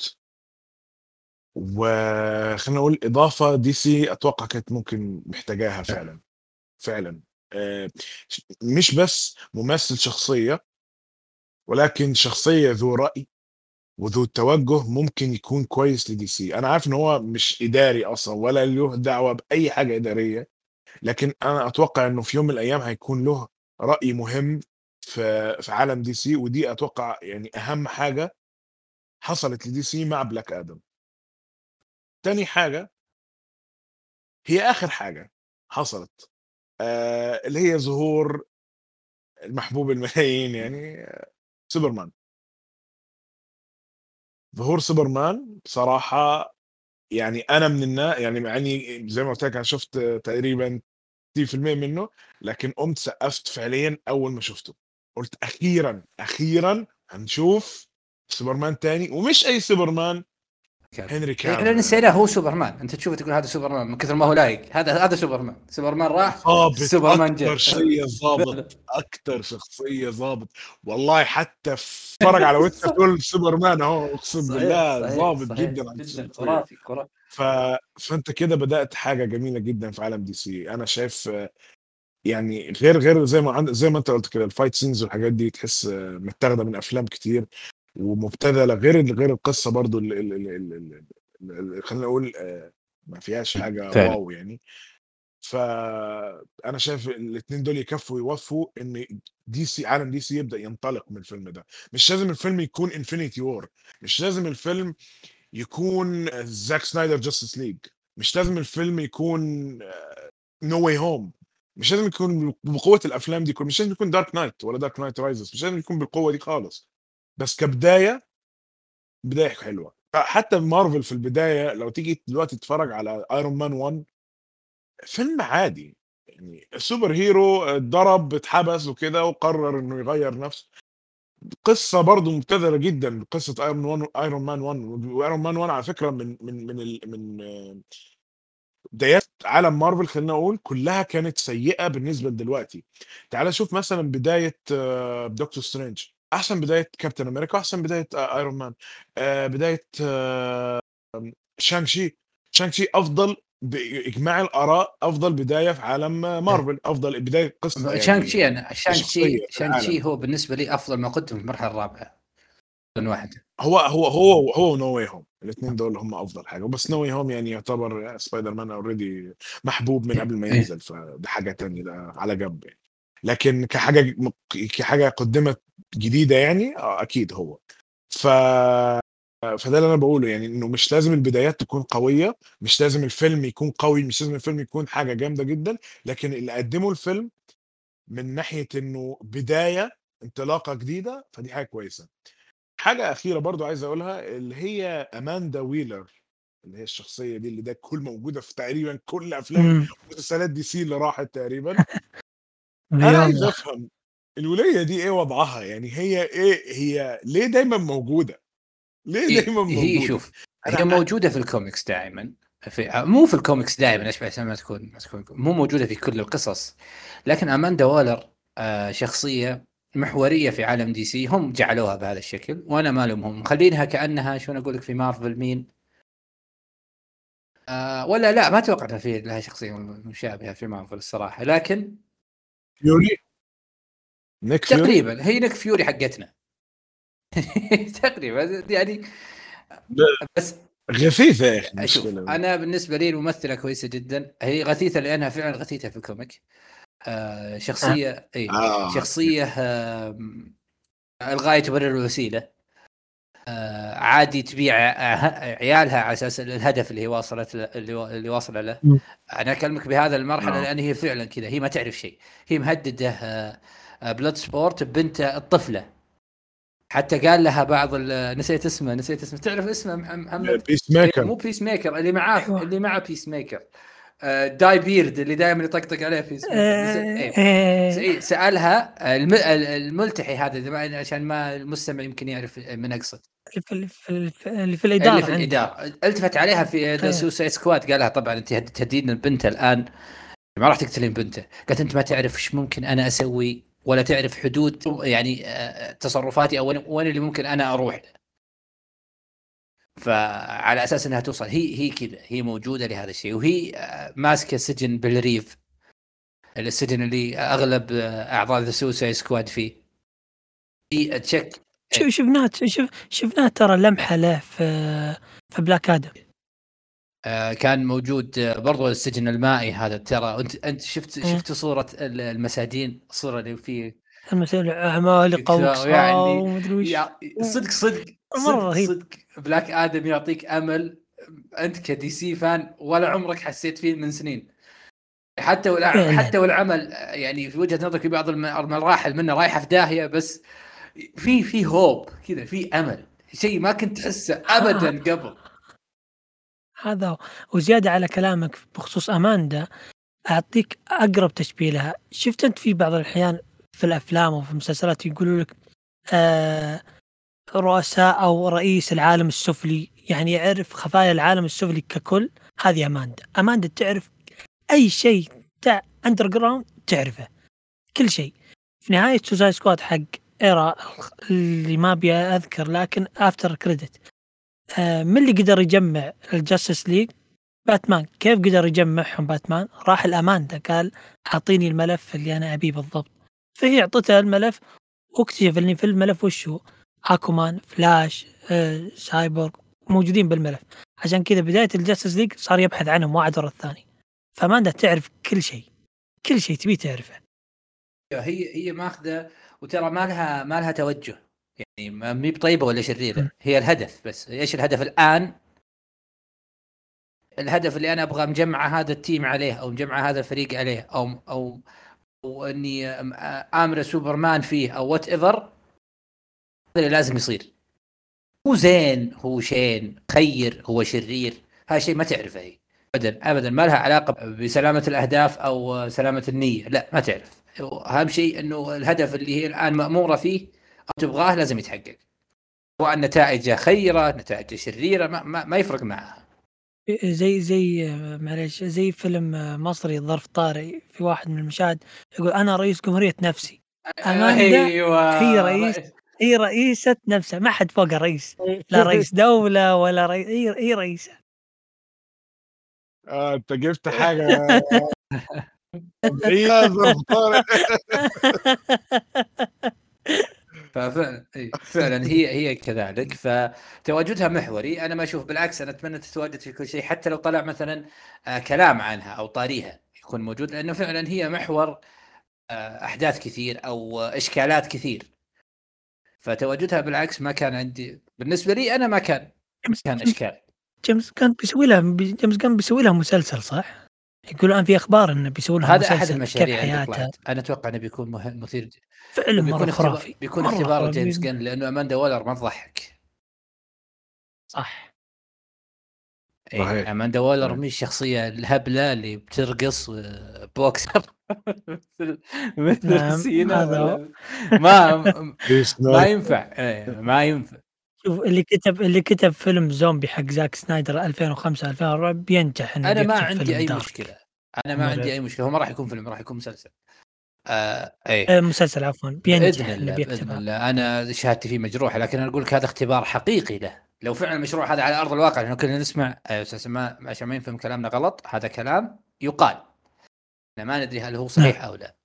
وخلينا نقول إضافة دي سي أتوقع كانت ممكن محتاجاها فعلا. مش بس ممثل شخصية، ولكن شخصية ذو رأي وذو توجه ممكن يكون كويس لدي سي. أنا عارف إن هو مش إداري أصلا ولا له دعوة بأي حاجة إدارية، لكن أنا أتوقع إنه في يوم من الأيام هيكون له رأي مهم في عالم دي سي، ودي أتوقع يعني أهم حاجة حصلت لدي سي مع بلاك آدم. تاني حاجة هي آخر حاجة حصلت، اللي هي ظهور المحبوب الملايين يعني سوبرمان. ظهور سوبرمان بصراحة يعني أنا من الناس، يعني مع إني زي ما قلت لك أنا شفت تقريبا 60% منه، لكن قمت سقفت فعليا أول ما شفته، قلت أخيرا هنشوف سوبرمان تاني، ومش أي سوبرمان، هنري احنا كافيل. نسينا هو سوبرمان، انت تشوفه تقول هذا سوبرمان من كثر ما هو لايق. هذا سوبرمان راح ضابط، سوبرمان أكتر جاء. شيء ضابط، أكتر شخصية ضابط والله. حتى اتفرج على وجهه تقول سوبرمان أهو، أقسم بالله ضابط جدا عن جدا الشخصية. خرافي. فأنت كده بدأت حاجة جميلة جدا في عالم دي سي. أنا شايف يعني غير زي ما أنت قلت كده، الفايت سينز والحاجات دي تحس متاخدة من أفلام كتير، ومبتذله، غير القصه برضو خلينا نقول ما فيهاش حاجه فعلا. واو يعني. فانا شايف الاثنين دول يكفوا يوفوا ان عالم دي سي يبدا ينطلق من الفيلم ده. مش لازم الفيلم يكون انفينيتي وور، مش لازم الفيلم يكون زاك سنايدر جاستس ليج، مش لازم الفيلم يكون نو واي هوم، مش لازم يكون بقوه الافلام دي مش لازم يكون دارك نايت ولا دارك نايت رايزز، مش لازم يكون بالقوه دي خالص. بس كبدايه، بدايه حلوه. حتى مارفل في البدايه لو تيجي دلوقتي تتفرج على ايرون مان 1، فيلم عادي يعني، سوبر هيرو اتضرب اتحبس وكده وقرر انه يغير نفسه. قصه برضه مبتذله جدا، قصه ايرون مان 1. وايرون مان 1 على فكره من بدايات عالم مارفل خلينا نقول كلها كانت سيئه بالنسبه لدلوقتي. تعال شوف مثلا بدايه دكتور سترينج، احسن بدايه كابتن امريكا، احسن بدايه ايرون مان، بدايه شانغ شي افضل باجماع الاراء، افضل بدايه في عالم مارفل، افضل بدايه قصه شانغ يعني تشي، انا كشخصيه في شانغ العالم. تشي هو بالنسبه لي افضل ما قدم في المرحله الرابعه من واحد. هو نو واي هوم، الاثنين دول هم افضل حاجه. بس نو واي هوم يعني يعتبر سبايدر مان اوريدي محبوب من قبل ما إيه. ينزل، فده حاجه تانية، ده على جنب يعني. لكن كحاجه قدمت جديده يعني اكيد هو. ف فده اللي انا بقوله يعني، انه مش لازم البدايات تكون قويه، مش لازم الفيلم يكون قوي، مش لازم الفيلم يكون حاجه جامده جدا، لكن اللي قدمه الفيلم من ناحيه انه بدايه انطلاقه جديده، فدي حاجه كويسه. حاجة أخيرة برضو عايز أقولها، اللي هي أماندا ويلر، اللي هي الشخصية دي اللي ده كل موجودة في تقريبا كل أفلام امم ومسلسلات دي سي اللي راحت تقريبا. أنا عايز فيولا. أفهم الولية دي إيه وضعها، يعني هي إيه، هي ليه دايما موجودة، ليه دايما هي موجودة؟ شوف، أنا هي موجوده في الكوميكس دائما، مو في الكوميكس دائما، ايش عشان ما تكون مو موجوده في كل القصص. لكن اماندا وولر شخصيه محوريه في عالم دي سي، هم جعلوها بهذا الشكل وانا ما لومهم، مخلينها كانها شلون اقول لك في مارفل مين ولا لا، ما اتوقع انها في لها شخصيه مشابهه في مارفل الصراحه، لكن فيوري، نيك فيوري. تقريبا هي نيك فيوري حقتنا. تقريبا يعني. بس غثيثة يا أخي اشوف، المشكلة. انا بالنسبه لي الممثله كويسه جدا، هي غثيثه لانها فعلا غثيثه في الكوميك. شخصيه أوكي. شخصيه الغايه تبرر الوسيله. عادي تبيع عيالها على اساس الهدف اللي هي وصلت اللي واصله له. مم. انا اكلمك بهذا المرحله آه. لان هي فعلا كذا، هي ما تعرف شيء، هي مهدده بلود سبورت ببنته الطفله. حتى قال لها بعض نسيت اسمه تعرف اسمه محمد؟ بيس إيه، ميكر. مو بيس ميكر اللي معاه، ايوه. اللي مع بيس ميكر، داي بيرد اللي دائما يطقطق عليه بيس ميكر. ايه إيه، سالها الملتحي هذا عشان ما المستمع يمكن يعرف من اقصد، اللي في اللي الإدارة في عندها. الاداره، التفت عليها في ذا إيه. سوسايد سكواد، قالها طبعا انت تهددين البنت الان، ما راح تقتلين بنته. قالت انت ما تعرف ايش ممكن انا اسوي، ولا تعرف حدود يعني تصرفاتي، او وين اللي ممكن انا اروح. فعلى اساس انها توصل، هي كذا، هي موجوده لهذا الشيء، وهي ماسكه سجن بالريف، السجن اللي اغلب اعضاء ذا سوسايد سكواد فيه. هي تشك. شفناه ترى لمحة له في بلاك آدم. كان موجود برضو السجن المائي هذا، ترى انت إيه. شفت صوره المساجين، الصوره اللي فيه المسؤول عمالقة وقصار يعني، ومدري وش. مرة رهيب. صدق بلاك آدم يعطيك امل. انت كدي سي فان ولا عمرك حسيت فيه من سنين، فعلا. حتى والعمل يعني في وجهة نظرك في بعض المراحل منه رايحه في داهيه، بس في هوب كذا، في امل، شيء ما كنت تحسه ها- ابدا قبل. هذا هو. وزيادة على كلامك بخصوص أماندا، أعطيك أقرب تشبيه لها. شفت أنت في بعض الأحيان في الأفلام وفي المسلسلات يقولوا لك آه رؤساء أو رئيس العالم السفلي، يعني يعرف خفايا العالم السفلي ككل. هذه أماندا تعرف أي شيء تاع أندر جراوند، تعرفه كل شيء. في نهاية سوسايد سكواد حق إيرا اللي ما أبي أذكر، لكن آفتر كريدت، من اللي قدر يجمع الجاستس ليج؟ باتمان. كيف قدر يجمعهم باتمان؟ راح الأماندا قال أعطيني الملف اللي أنا أبيه بالضبط، فهي أعطتها الملف، واكتشف اللي في الملف وش هو. اكومان، فلاش، سايبورغ موجودين بالملف. عشان كذا بداية الجاستس ليج صار يبحث عنهم واحد ورا الثاني. فماندا تعرف كل شيء، كل شيء تبي تعرفه. هي ماخذه، وترى ما لها توجه، يعني ما هي بطيبه ولا شريره، هي الهدف بس. ايش الهدف الان؟ الهدف اللي انا ابغى مجمع هذا التيم عليه، او مجمع هذا الفريق عليه، او اني امر سوبرمان فيه، او وات ايفر اللي لازم يصير. هو زين، هو شين، خير، هو شرير، هذا شيء ما تعرفه هي ابدا ما لها علاقه بسلامه الاهداف او سلامه النيه، لا ما تعرف. اهم شيء انه الهدف اللي هي الان ماموره فيه او تبغاه لازم يتحقق، سواء النتائج خيره نتائج شريره ما يفرق معها. زي معلش، زي فيلم مصري ظرف طارئ، في واحد من المشاهد يقول انا رئيس جمهورية نفسي. اماندا هي رئيس، هي رئيسة نفسها، ما حد فوق الرئيس، لا رئيس دولة ولا رئيس، هي رئيسة. انت جبت حاجه طبيعيه ظرف طارئ. فعلا هي كذلك، فتواجدها محوري. انا ما اشوف، بالعكس انا اتمنى تتواجد في كل شيء، حتى لو طلع مثلا كلام عنها او طاريها يكون موجود، لانه فعلا هي محور احداث كثير او اشكالات كثير. فتواجدها بالعكس ما كان عندي، بالنسبه لي انا ما كان اشكال. جيمس كان بيسوي لها مسلسل صح؟ يقول الان في اخبار انه بيسوي لها هذا مسلسل احد كيف المشاريع اللي حياتها. طلعت. انا اتوقع انه بيكون مثير، فعلا مرة بيكون خرافي، بيكون مرة اختبار خرافي. جيمس جن، لانه اماندا وولر ما تضحك. صح. ايه اماندا وولر مش الشخصيه الهبله اللي بترقص بوكسر مثل نعم سينا هذا هو. ولا ما ينفع. ما ينفع. شوف اللي كتب فيلم زومبي حق زاك سنايدر 2005 2004 بينجح انه انا ما بيكتب عندي فيلم اي دارك. مشكله، انا ما عندي اي مشكله. هو ما راح يكون فيلم، راح يكون مسلسل. مسلسل عفوا، باذن بينجح انه الله باذن بيكتبها. الله. انا شهادتي فيه مجروحه، لكن انا اقول لك هذا اختبار حقيقي له. لو فعلا المشروع هذا على ارض الواقع، لانه كنا نسمع اساس ما عشان ما ينفهم كلامنا غلط، هذا كلام يقال، ما ندري هل هو صحيح او لا.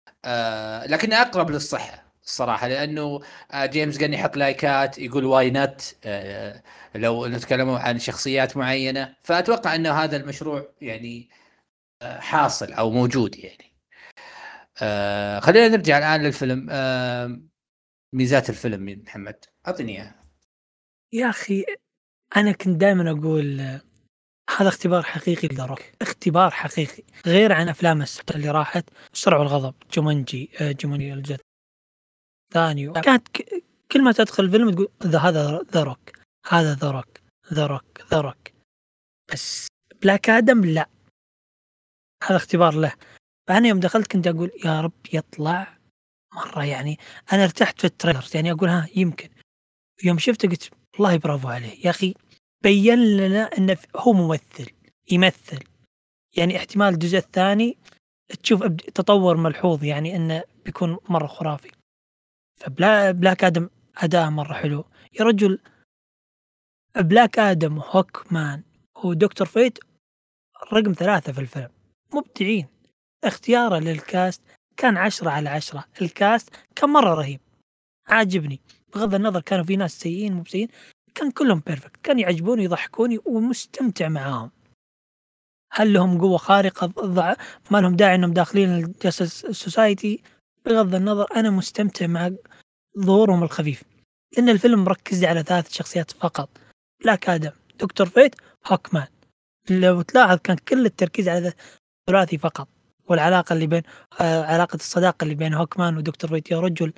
لكن اقرب للصحه الصراحه، لانه جيمس جن يحط لايكات، يقول واي نت لو نتكلموا عن شخصيات معينه، فاتوقع انه هذا المشروع يعني حاصل او موجود يعني. خلينا نرجع الان للفيلم. ميزات الفيلم من محمد، اعطني اياها. يا اخي انا كنت دائما اقول هذا اختبار حقيقي لدروك، اختبار حقيقي غير عن افلام السنة اللي راحت، السرعة والغضب، جومانجي الجزء الثاني. كانت كل ما تدخل الفيلم تقول هذا ذا روك، هذا ذا روك. بس بلاك ادم لا، هذا اختبار له. فانا يوم دخلت كنت اقول يا رب يطلع مره، يعني انا ارتحت في التريلر، يعني اقول ها يمكن. يوم شفته قلت والله برافو عليه يا اخي، بين لنا انه هو ممثل يمثل. يعني احتمال الجزء الثاني تشوف تطور ملحوظ، يعني انه بيكون مره خرافي. بلاك ادم اداء مره حلو يا رجل. بلاك ادم وهوك مان ودكتور فيت رقم 3 في الفيلم، مبدعين. اختياره للكاست كان 10/10. الكاست كان مرة رهيب، عاجبني. بغض النظر كانوا في ناس سيئين مو سيئين، كان كلهم بيرفكت، كان يعجبوني يضحكوني ومستمتع معاهم. هل لهم قوة خارقة ما لهم داعي انهم داخلين الجاستس سوسايتي؟ بغض النظر انا مستمتع مع ظهورهم الخفيف، لان الفيلم مركز على 3 شخصيات فقط: بلاك ادم، دكتور فيت، هوكمان. لو تلاحظ كان كل التركيز على ثلاثي فقط. والعلاقة اللي بين علاقة الصداقة اللي بين هوكمان ودكتور فيت يا رجل،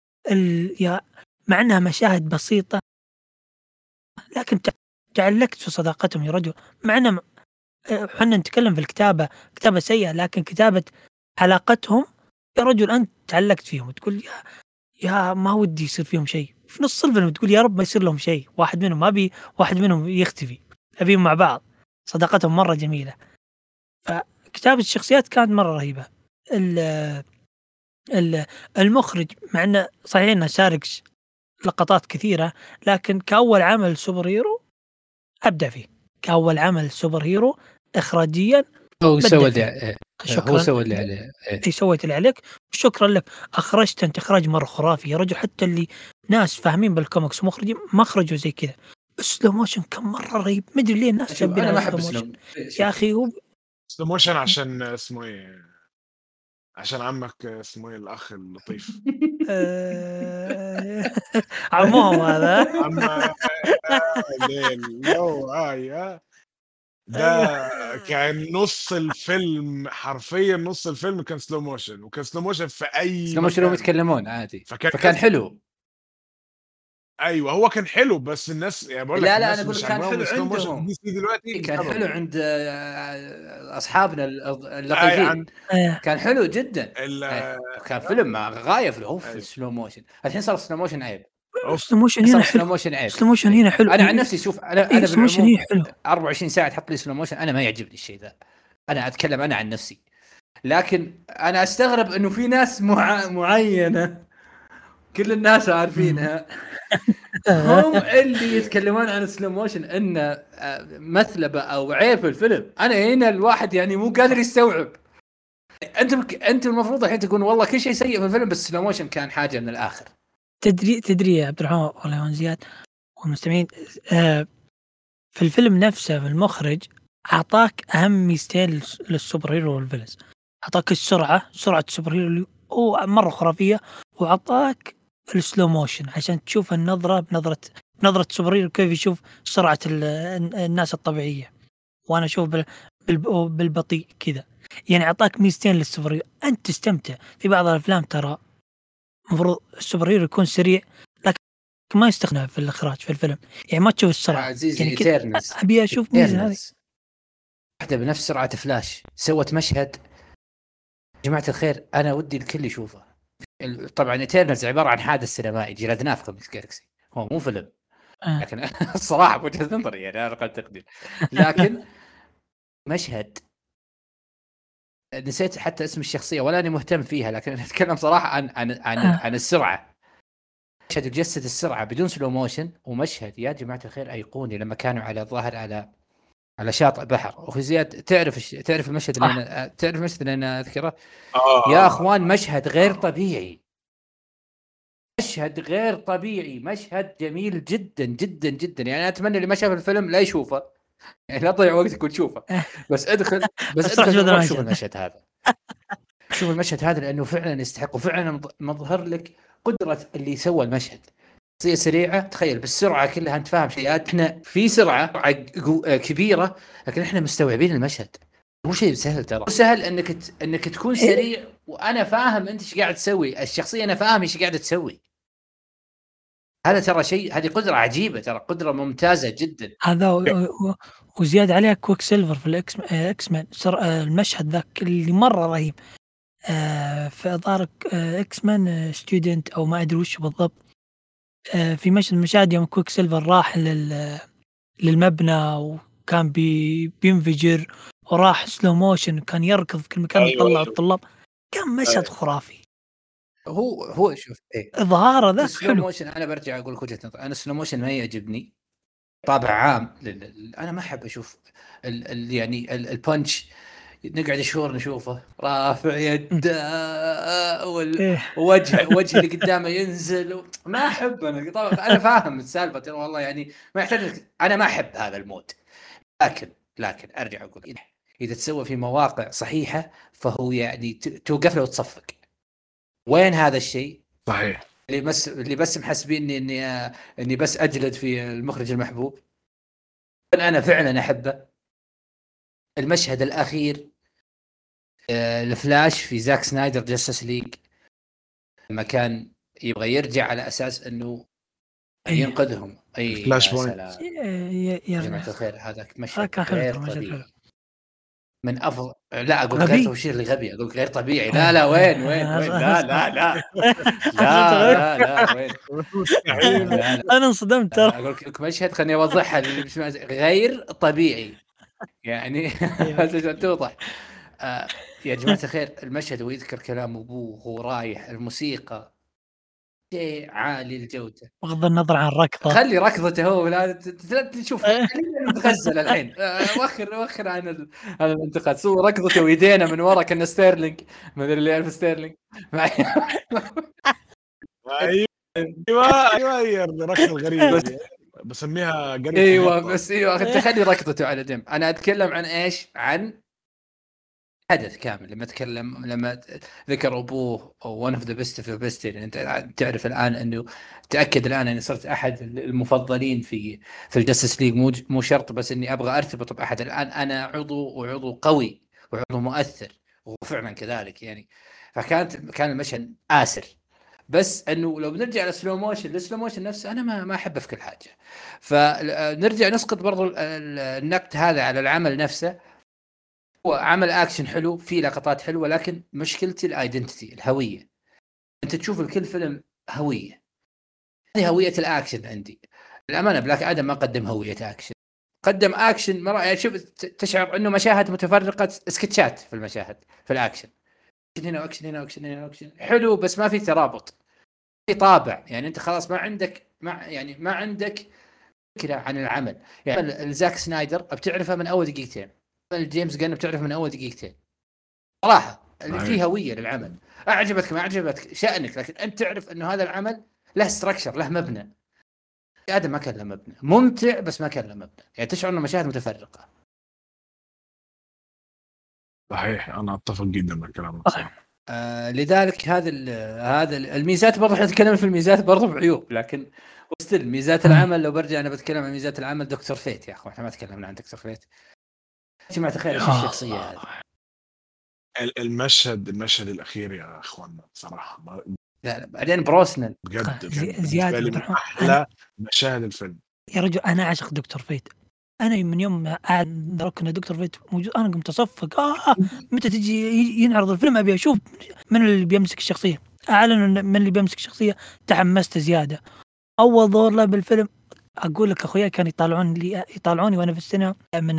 مع انها مشاهد بسيطة لكن تعلقت في صداقتهم يا رجل. مع ان احنا نتكلم في الكتابة كتابة سيئة، لكن كتابة علاقتهم يا رجل انت تعلقت فيهم وتقول يا ما ودي يصير فيهم شيء في نص الفيلم، تقول يا رب ما يصير لهم شيء، واحد منهم ما بي واحد منهم يختفي، ابيهم مع بعض. صداقتهم مرة جميلة. فكتابة الشخصيات كانت مرة رهيبة. المخرج مع انه صحيح انه شارك لقطات كثيرة، لكن كأول عمل سوبر هيرو أبدع فيه. كأول عمل سوبر هيرو إخراجيا هو سوى هو شكرا سوى اللي عليه. اي سويت اللي عليك وشكرا لك. اخرجت انت اخراج مره خرافي يا رجل، حتى اللي ناس فاهمين بالكوميكس ومخرجين ما اخرجوا زي كذا. السلو موشن كان مره رهيب، مدري ليه الناس شوف سابين انا ما على احب السلو موشن شوف. يا اخي. هو سلو موشن عشان اسمه ايه، عشان عمك اسمه ايه الاخ اللطيف عمهم هذا. عم ليل لو يا ده ايوه كان نص الفيلم حرفيا، نص الفيلم كان سلو موشن، وكان سلو موشن في اي سلو موشن هم مكان، يتكلمون عادي فكان فكان حلو. ايوه هو كان حلو، بس الناس يعني بقول لك لا لا الناس انا اقول مش لك كان عاجباهم حلو السلو موشن في عندهم. دي سي دلوقتي كان حلو لسبب عند اصحابنا اي اللطيفين. عن كان حلو جدا. ال كان فيلم غاية في الهوف في ايوه السلو موشن. الحين صار السلو موشن عيب. اوف سلو موشن صار هنا السلو حلو. موشن عيب. سلو موشن إيه. هنا حلو. انا عن نفسي شوف اي انا سلو موشن بالعموم هنا حلو. 24 ساعة تحط لي سلو موشن انا ما يعجبني الشيء ذا. انا اتكلم انا عن نفسي. لكن انا استغرب انه في ناس معينة كل الناس عارفينها هم اللي يتكلمون عن السلو موشن انه مثلبة او عيب في الفيلم. انا هنا الواحد يعني مو قادر يستوعب. انت المفروض الحين تقول والله كل شيء سيء في الفيلم بس السلو موشن كان حاجة من الاخر. تدري يا عبد الرحمن ولا زياد والمستمعين، في الفيلم نفسه في المخرج اعطاك اهم ميزتين للسوبر هيرو والفيلنز. اعطاك سرعه السوبر هيرو اللي مره خرافيه، واعطاك السلو موشن عشان تشوف النظره بنظره السوبر هيرو كيف يشوف سرعه الناس الطبيعيه، وانا اشوف بالبطيء كذا. يعني اعطاك ميزتين للسوبر هيرو. انت تستمتع في بعض الافلام ترى المفروض السوبر هيرو يكون سريع لكن ما يستخدم في الاخراج في الفيلم، يعني ما تشوف السرعه. عزيزي يعني كذا ايترنز ابي اشوف ميزه هذه. واحدة بنفس سرعة فلاش سوت مشهد يا جماعة الخير أنا ودي الكل يشوفه. طبعا ايترنز عبارة عن حادث سينمائي جلدناه في كوميكس جالكسي. هو مو فيلم لكن الصراحة بوجهة نظري يعني أنا قد تقدير. لكن مشهد نسيت حتى اسم الشخصية ولا أنا مهتم فيها، لكن أتكلم صراحة عن السرعة. مشهد يجسد السرعة بدون سلو موشن، ومشهد يا جماعة الخير أيقوني لما كانوا على الظاهر على شاطئ بحر. أخي زياد تعرف المشهد اللي أنا تعرف المشهد اللي أنا أذكره يا أخوان. مشهد غير طبيعي، مشهد غير طبيعي، مشهد جميل جدا جدا جدا. يعني أنا أتمنى اللي ما شاف الفيلم لا يشوفه، يعني لا تضيع وقتك وتشوفه، بس ادخل روح شوف المشهد هذا. شوف المشهد هذا لأنه فعلا يستحق، وفعلا مظهر لك قدرة اللي سوى المشهد. شخصية سريعة، تخيل بالسرعة كلها أنت فاهم شيئات. إحنا في سرعة كبيرة لكن إحنا مستوعبين المشهد. مو شيء سهل ترى، مو سهل إنك تكون سريع وأنا فاهم أنت إيش قاعد تسوي. الشخصية أنا فاهم إيش قاعدة تسوي. هذا ترى شيء، هذه قدرة عجيبة ترى، قدرة ممتازة جدا. هذا وزيادة عليها كويك سيلفر في الإكس مان المشهد ذاك اللي مرة رهيب. في إطار إكس مان ستودنت أو ما أدري وش بالضبط. في مشهد يوم كويك سيلفر راح للمبنى وكان بينفجر وراح سلو موشن وكان يركض في كل مكان ويطلع الطلاب. كان مشهد خرافي. هو شوف إظهاره ذاك السلو حلو. موشن. أنا برجع أقول وجهة نظر، أنا السلو موشن ما يعجبني طابع عام. أنا ما أحب أشوف يعني البانش نقعد نشوفه رافع يد ووجه اللي قدامه ينزل ما أحب. أنا فاهم السالفة ترى والله، يعني ما يحتاج. أنا ما أحب هذا المود. لكن أرجع أقول إذا تسوى في مواقع صحيحة فهو يعني توقف له وتصفق. وين هذا الشيء صحيح اللي بس محسبين إني بس أجلد في المخرج المحبوب. أنا فعلا أحبه. المشهد الأخير الفلاش في زاك سنايدر جاستس ليج لما كان يبغى يرجع على أساس أنه ينقذهم. أي فلاش يا بوينت. سلام يا جماعة الخير، هذا مشهد كان غير حلو طبيعي. من أفضل. لا أقول غبي. غير توشير اللي غبي، أقول غير طبيعي. لا وين لا وين لا أنا انصدمت ترى. أقول لك مشهد خلني أوضحها اللي مش غير طبيعي يعني عشان توضح. يا جماعة الخير المشهد ويذكر كلام أبوه وهو رايح، الموسيقى شيء عالي الجوده. بغض النظر عن الركضه. خلي ركضته هو، لا تشوف خلينا نتغزل الحين. وخر عن الانتقاد. سوى ركضته ويدينا من ورا كنا ستيرلينج، ما ادري اللي يعرف ستيرلينج. ايوه هي الركض الغريب بسميها قريب. ايوه بس ايوه انت خلي ركضته على جنب. انا اتكلم عن ايش؟ عن حدث كامل. لما ذكر ابوه ون اوف ذا بيست في بيست، انت تعرف الان انه تاكد الان اني صرت احد المفضلين في الجاستس ليج. مو شرط بس اني ابغى ارتبط باحد، الان انا عضو قوي وعضو مؤثر، وفعلا كذلك يعني. كان المشهد آسر. بس انه لو بنرجع للسلو موشن نفسه انا ما احبه في كل حاجه. فنرجع نسقط برضو النقد هذا على العمل نفسه. هو عمل اكشن حلو، فيه لقطات حلوه، لكن مشكلتي الايدنتيتي، الهويه. انت تشوف الكل فيلم هويه، هذه هويه الاكشن عندي. الامانه بلاك ادم ما قدم هويه اكشن، قدم اكشن يعني شوف تشعر انه مشاهد متفرقه، سكتشات في المشاهد في الاكشن، هنا واكشن هنا واكشن هنا واكشن حلو، بس ما في ترابط، في طابع. يعني انت خلاص ما عندك فكره عن العمل. يعني زاك سنايدر بتعرفه من اول دقيقتين، جيمس جن بتعرفه من اول دقيقتين صراحه، اللي فيه هويه للعمل. اعجبتك ما اعجبتك شأنك، لكن انت تعرف انه هذا العمل له ستراكشر، له مبنى. هذا ما كان له مبنى، ممتع بس ما كان له مبنى، يعني تشعر انه مشاهد متفرقه. صحيح انا اتفق جدا مع كلامك. لذلك هذا الميزات برضه احنا نتكلم في الميزات برضه بعيوب، لكن وستيل ميزات العمل. لو برجع انا بتكلم عن ميزات العمل، دكتور فيت يا اخوان، احنا ما تكلمنا عن دكتور فيت. ما تخيل ايش الشخصيه هذه. المشهد الاخير يا اخوان صراحه لا بعدين بروسنان بجد زياده من احلى مشاهد الفيلم. يا رجل انا اعشق دكتور فيت. انا من يوم ما قاعد درك ان دكتور فيت موجود انا قمت اصفق متى تجي ينعرض الفيلم ابي اشوف من اللي بيمسك الشخصيه. اعلن من اللي بيمسك الشخصيه، تحمست زياده. اول دور له بالفيلم اقول لك اخويا كان يطالعوني وانا في السينما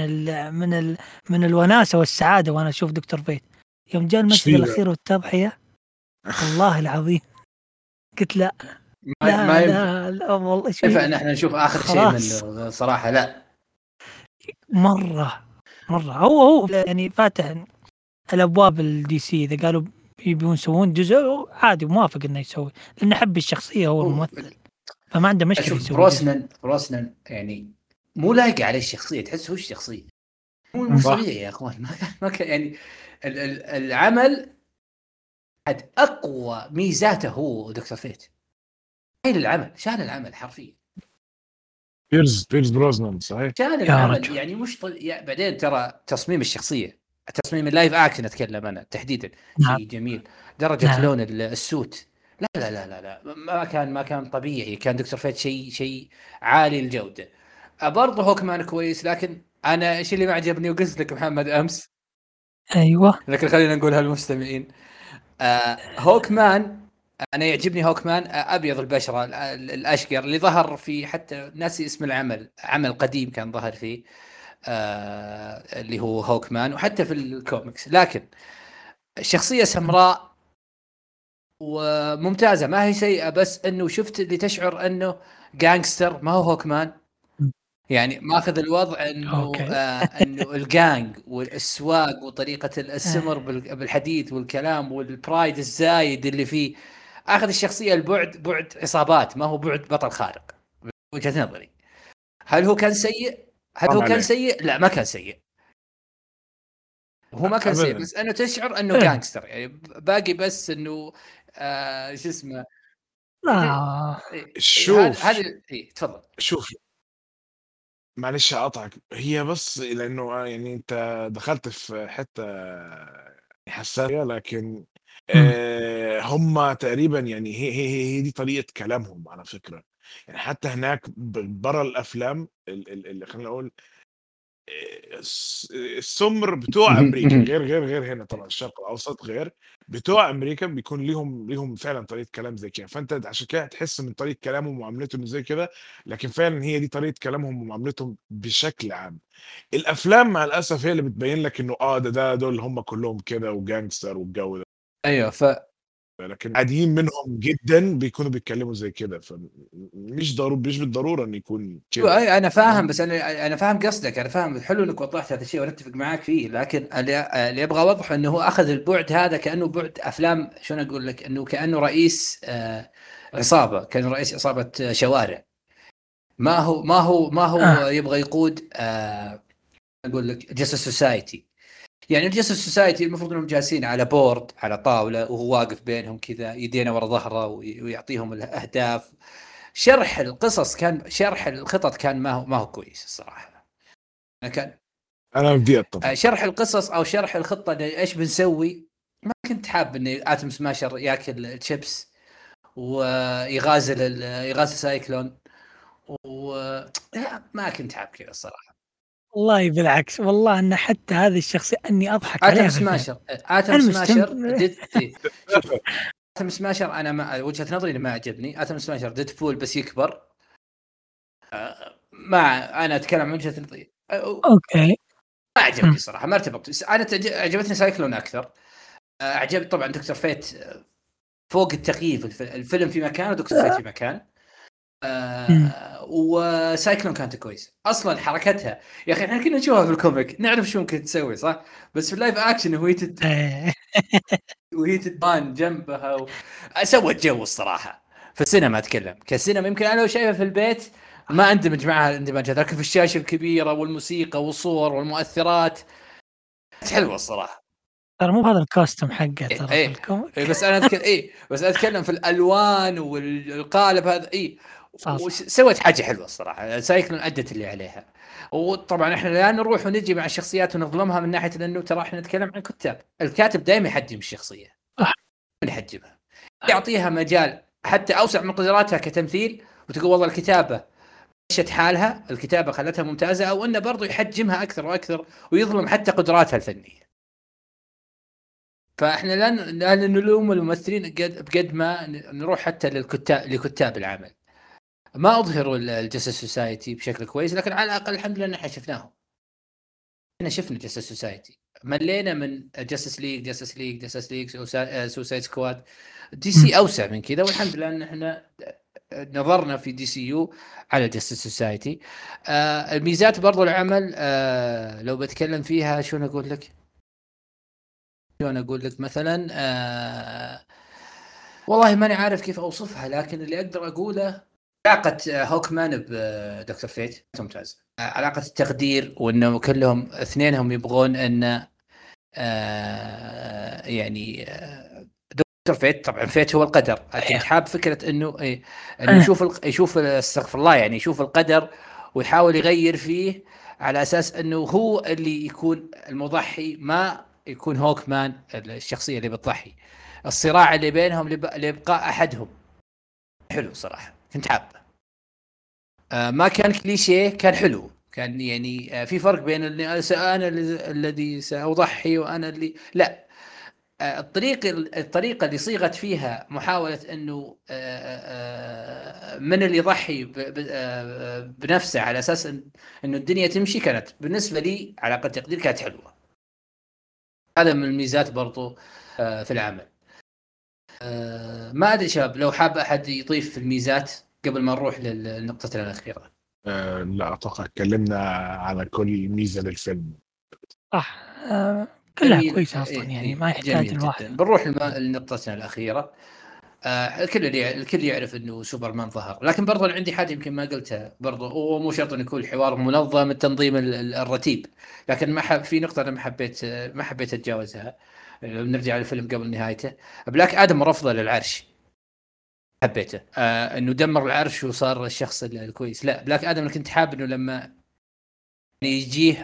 من الوناسه والسعاده وانا اشوف دكتور فيت. يوم جاء المشهد الاخير والتضحيه والله العظيم قلت لا والله كيف ان احنا نشوف اخر شيء منه صراحه. لا مره هو يعني فاتح الابواب الدي سي. اذا قالوا يبون يسوون جزء عادي موافق انه يسوي، لانه يحب الشخصيه هو الممثل، فما عنده مشكله يسوي. بروسنان يعني مو لايق عليه الشخصيه، تحس هو الشخصيه مو طبيعي يا اخوان. ما كان يعني العمل حد اقوى ميزاته هو دكتور فيت. شال العمل حرفيا. بيرز بروزنان صحيح شال العمل يعني مش بعدين ترى تصميم الشخصيه، تصميم اللايف اكشن اتكلم انا تحديدا، شيء جميل. درجه لون السوت لا ما كان طبيعي. كان دكتور فيت شيء عالي الجوده. برضه هوكمان كويس، لكن انا ايش اللي ما عجبني وقلت لك محمد امس، ايوه لكن خلينا نقولها للمستمعين. هوكمان، انا يعجبني هوكمان ابيض البشره الاشقر اللي ظهر في، حتى ناسي اسم عمل قديم كان ظهر فيه اللي هو هوكمان، وحتى في الكوميكس. لكن الشخصيه سمراء وممتازه، ما هي سيئه، بس انه شفت اللي تشعر انه جانجستر، ما هو هوكمان. يعني ماخذ الوضع انه انه الجانج والسواق وطريقه السمر بالحديث والكلام والبرايد الزايد اللي فيه، اخذ الشخصيه بعد عصابات، ما هو بعد بطل خارق. وجهه نظري. هل هو كان سيء؟ لا ما كان سيء، هو ما كان سيء، بس انه تشعر انه جانجستر يعني باقي، بس انه شو اسمه. شوف هذه تفضل. شوف معلش اقطعك، هي بس لانه يعني انت دخلت في حته حساسه، لكن هم تقريبا يعني هي دي طريقه كلامهم على فكره. يعني حتى هناك برا الافلام اللي خلينا نقول السمر بتوع امريكا غير هنا طبعا الشرق الاوسط غير بتوع امريكا، بيكون ليهم فعلا طريقه كلام زي كده. فانت عشان كده تحس من طريقه كلامهم ومعاملتهم زي كده، لكن فعلا هي دي طريقه كلامهم ومعاملتهم بشكل عام. الافلام مع الاسف هي اللي بتبين لك انه ده دول هم كلهم كده وجانجستر والجو ده. ايوه لكن عاديين منهم جدًا بيكونوا بيتكلموا زي كده، مش بالضرورة إنه يكون كده. اي انا فاهم؟ فاهم، بس انا فاهم قصدك، انا فاهم، حلو انك وضحت هذا الشيء ونتفق معاك فيه، لكن اللي ابغى اوضحه انه هو اخذ البعد هذا كانه بعد افلام، شلون اقول لك، انه كانه رئيس عصابه، كان رئيس عصابه شوارع، ما هو يبغى يقود اقول لك جاستس سوسايتي. يعني الجاستس سوسايتي المفروض انهم جالسين على بورد، على طاوله، وهو واقف بينهم كذا يدينا ورا ظهره ويعطيهم الاهداف. شرح القصص كان، شرح الخطط كان ما هو كويس الصراحه. كان أنا بدي أتفق. شرح القصص او شرح الخطه ايش بنسوي، ما كنت حاب ان اتم سماشر ياكل الشيبس يغازل سايكلون ما كنت حاب كذا الصراحه. والله بالعكس، والله أن حتى هذه الشخصية أني أضحك اتم عليها في الفيلم. سماشر اتم أنا سماشر مستمتع. شوف، اتم سماشر انا ما وجهه نظري ما عجبني. اتم سماشر ديدبول بس يكبر. ما انا اتكلم عن وجهه نظري، أوكي. ما عجبني صراحه، ما ارتبطت. انا عجبتني سايكلون اكثر. عجبني طبعا دكتور فيت فوق التقييم. الفيلم في مكان ودكتور فيت في مكان. وسايكلون كانت كويس اصلا حركتها. يا اخي احنا كنا نشوفها في الكوميك نعرف شو ممكن تسوي صح، بس في اللايف اكشن وهي تبان جنبها سوت جو الصراحه. في السينما اتكلم كسينما، يمكن انا لو شايفها في البيت ما اندمج معها اندماج، لكن في الشاشه الكبيره والموسيقى والصور والمؤثرات حلوه الصراحه. ترى مو هذا الكاستم حقه ترى في ايه الكوميك. بس انا اتكلم بس اتكلم في الالوان والقالب هذا صح. وسوت حاجه حلوه الصراحه. سايكلون ادت اللي عليها. وطبعا احنا لا نروح ونجي مع الشخصيات ونظلمها من ناحيه لانه ترى احنا نتكلم عن كتاب، الكاتب دائما يحجم الشخصيه، من يحجمها يعطيها مجال حتى اوسع من قدراتها كتمثيل، وتقول والله الكتابه مشت حالها، الكتابه خلتها ممتازه، او انه برضو يحجمها اكثر واكثر ويظلم حتى قدراتها الفنيه. فاحنا لا نلوم الممثلين بقد ما نروح حتى لكتاب العمل. ما اظهروا الجاستس سوسايتي بشكل كويس، لكن على الاقل الحمد لله ان احنا شفناهم. احنا شفنا جاستس سوسايتي، ملينا من جاستس ليج سوسايد سكواد. دي سي اوسع من كذا، والحمد لله ان احنا نظرنا في دي سي يو على جاستس سوسايتي. الميزات برضو العمل، لو بتكلم فيها شو نقول لك مثلا، والله ماني عارف كيف اوصفها، لكن اللي اقدر اقوله علاقة هوكمان بدكتور فيت ممتاز. علاقة التقدير، وانه كلهم اثنينهم يبغون ان يعني دكتور فيت، طبعا فيت هو القدر، كنت حاب فكرة انه انه يشوف استغفر الله، يعني يشوف القدر ويحاول يغير فيه على اساس انه هو اللي يكون المضحي، ما يكون هوكمان الشخصية اللي بتضحي. الصراع اللي بينهم لإبقاء أحدهم حلو صراحة، كنت حابه. ما كان كليشيه، كان حلو، كان يعني في فرق بين أنا الذي سأضحي وأنا اللي لا. الطريقة اللي صيغت فيها محاولة أنه من اللي يضحي بنفسه على أساس أنه الدنيا تمشي، كانت بالنسبة لي على قد تقدير كانت حلوة. هذا من الميزات برضو في العمل. ما أدري شباب لو حاب أحد يضيف في الميزات قبل ما نروح للنقطة الأخيرة. لا أتوقع اتكلمنا على كل ميزة للفيلم. صح. كلها جميل. كويسة أصلا، يعني ما يحتاج الواحد. بنروح لنقطتنا الأخيرة. الكل يعرف انه سوبرمان ظهر، لكن برضو أنا عندي حاجه يمكن ما قلتها برضو، ومو شرط انه يكون الحوار منظم التنظيم الرتيب، لكن في نقطه انا ما حبيت اتجاوزها. لو نرجع للفيلم قبل نهايته، بلاك ادم رفضه للعرش، حبيته انه دمر العرش وصار الشخص الكويس. لا، بلاك ادم انا كنت حاب انه لما يجيه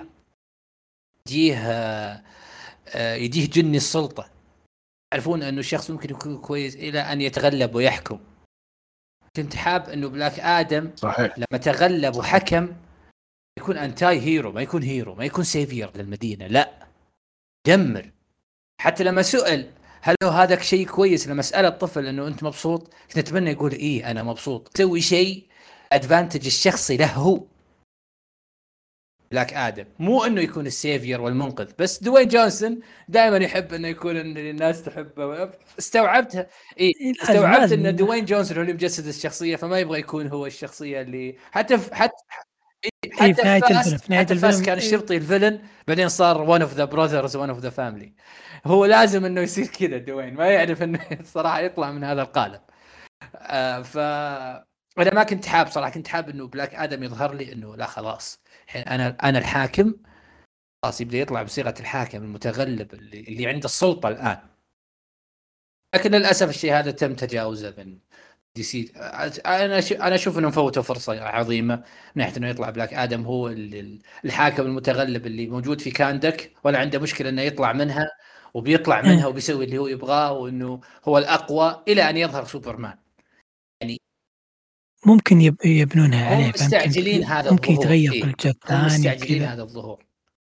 جني السلطه، يعرفون انه الشخص ممكن يكون كويس الى ان يتغلب ويحكم. كنت حاب انه بلاك ادم صحيح. لما تغلب وحكم يكون انتاي هيرو، ما يكون هيرو، ما يكون سيفير للمدينه، لا دمر. حتى لما سئل هل هذا شيء كويس، لما سأل الطفل انه انت مبسوط، كنت اتمنى يقول ايه انا مبسوط، تسوي شيء ادفانتج الشخصي له هو. بلاك آدم، مو انه يكون السيفير والمنقذ، بس دوين جونسون دائما يحب انه يكون ان الناس تحبه. استوعبتها. اي إيه، استوعبت ان لازم دوين جونسون هو اللي مجسد الشخصيه، فما يبغى يكون هو الشخصيه اللي حتى اي في نهايه الفيلم، في نهايه حتى فاست الفيلم كان الشرطي الفيلن، بعدين صار one of the brothers one of the family. هو لازم انه يصير كذا، دوين ما يعرف انه صراحه يطلع من هذا القالب. ف انا ما كنت حاب صراحه، كنت حاب انه بلاك ادم يظهر لي انه لا خلاص الحين انا الحاكم، خلاص يبدا يطلع بصيغه الحاكم المتغلب اللي عنده السلطه الان. لكن للاسف الشيء هذا تم تجاوزه من دي سي. انا اشوف انهم فوتوا فرصه عظيمه من ناحيه انه يطلع بلاك ادم هو الحاكم المتغلب اللي موجود في كاندك، ولا عنده مشكله انه يطلع منها، وبيطلع منها وبيسوي اللي هو يبغاه، وانه هو الاقوى الى ان يظهر سوبرمان. يعني ممكن يبنونها هم عليه، مستعجلين هذا ممكن الظهور. يتغير في الجزء هم الثاني مستعجلين وكذا، هذا الظهور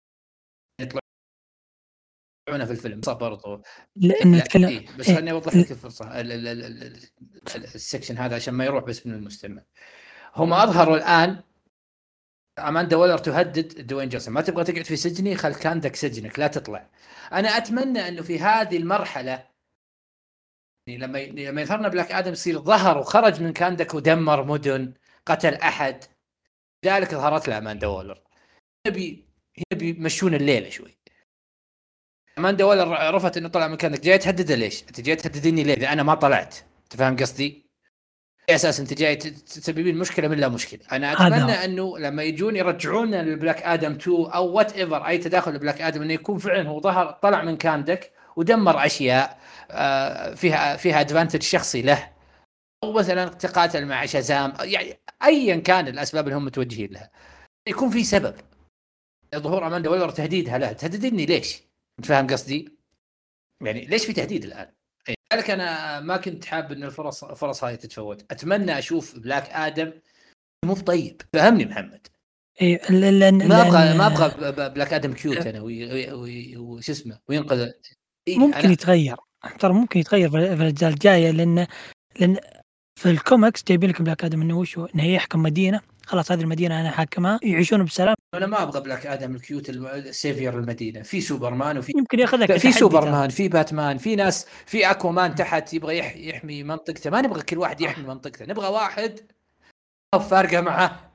يطلعونه في الفيلم برضو. لانه لا نتكلم إيه، بس خليني اوضح لك الفرصه السكشن هذا عشان ما يروح بس من المستمع. هم اظهروا الان اماندا وولر تهدد دوين جونسون، ما تبغى تقعد في سجني، خل كاندك سجنك لا تطلع. انا اتمنى انه في هذه المرحله لما يظهرنا بلاك ادم يصير ظهر وخرج من كاندك ودمر مدن، قتل احد، ذلك ظهرت له اماندا وولر. نبي يمشون الليله شوي. اماندا وولر عرفت انه طلع من كاندك، جاي تهدده ليش؟ انت جاي تهددني ليه اذا انا ما طلعت؟ انت فاهم قصدي؟ اي اساس انت جاي تسببين مشكله من لا مشكله. انا اتمنى انه لما يجون يرجعون البلاك ادم 2 او وات ايفر اي تداخل بلاك ادم، انه يكون فعلا هو ظهر طلع من كاندك ودمر اشياء فيها ادفانتج شخصي له، او مثلا تقاتل مع شازام، يعني ايا كان الاسباب اللي هم متوجهين لها، يكون في سبب. ظهور اماندا ويلر تهديدها له، تهددني ليش؟ انت فاهم قصدي؟ يعني ليش في تهديد الان؟ لذلك انا ما كنت حاب ان الفرص هاي تتفوت. اتمنى اشوف بلاك ادم مو طيب، فهمني محمد. إيه ما ابغى بلاك ادم كيوت انا وش اسمه وينقذ. ممكن يتغير، ترى ممكن يتغير في الاجزاء الجايه، لان في الكوميكس جايبين لك بلاك ادم انه وش هو، انه يحكم مدينه، خلاص هذه المدينه انا حاكمها، يعيشون بسلام. انا ما ابغى بلاك ادم الكيوت السيفير المدينه. في سوبرمان وفي يمكن ياخذ لك في سوبرمان، في باتمان، في ناس، في اكوامان تحت يبغى يحمي منطقته. ما نبغى كل واحد يحمي منطقته، نبغى واحد فارقه معه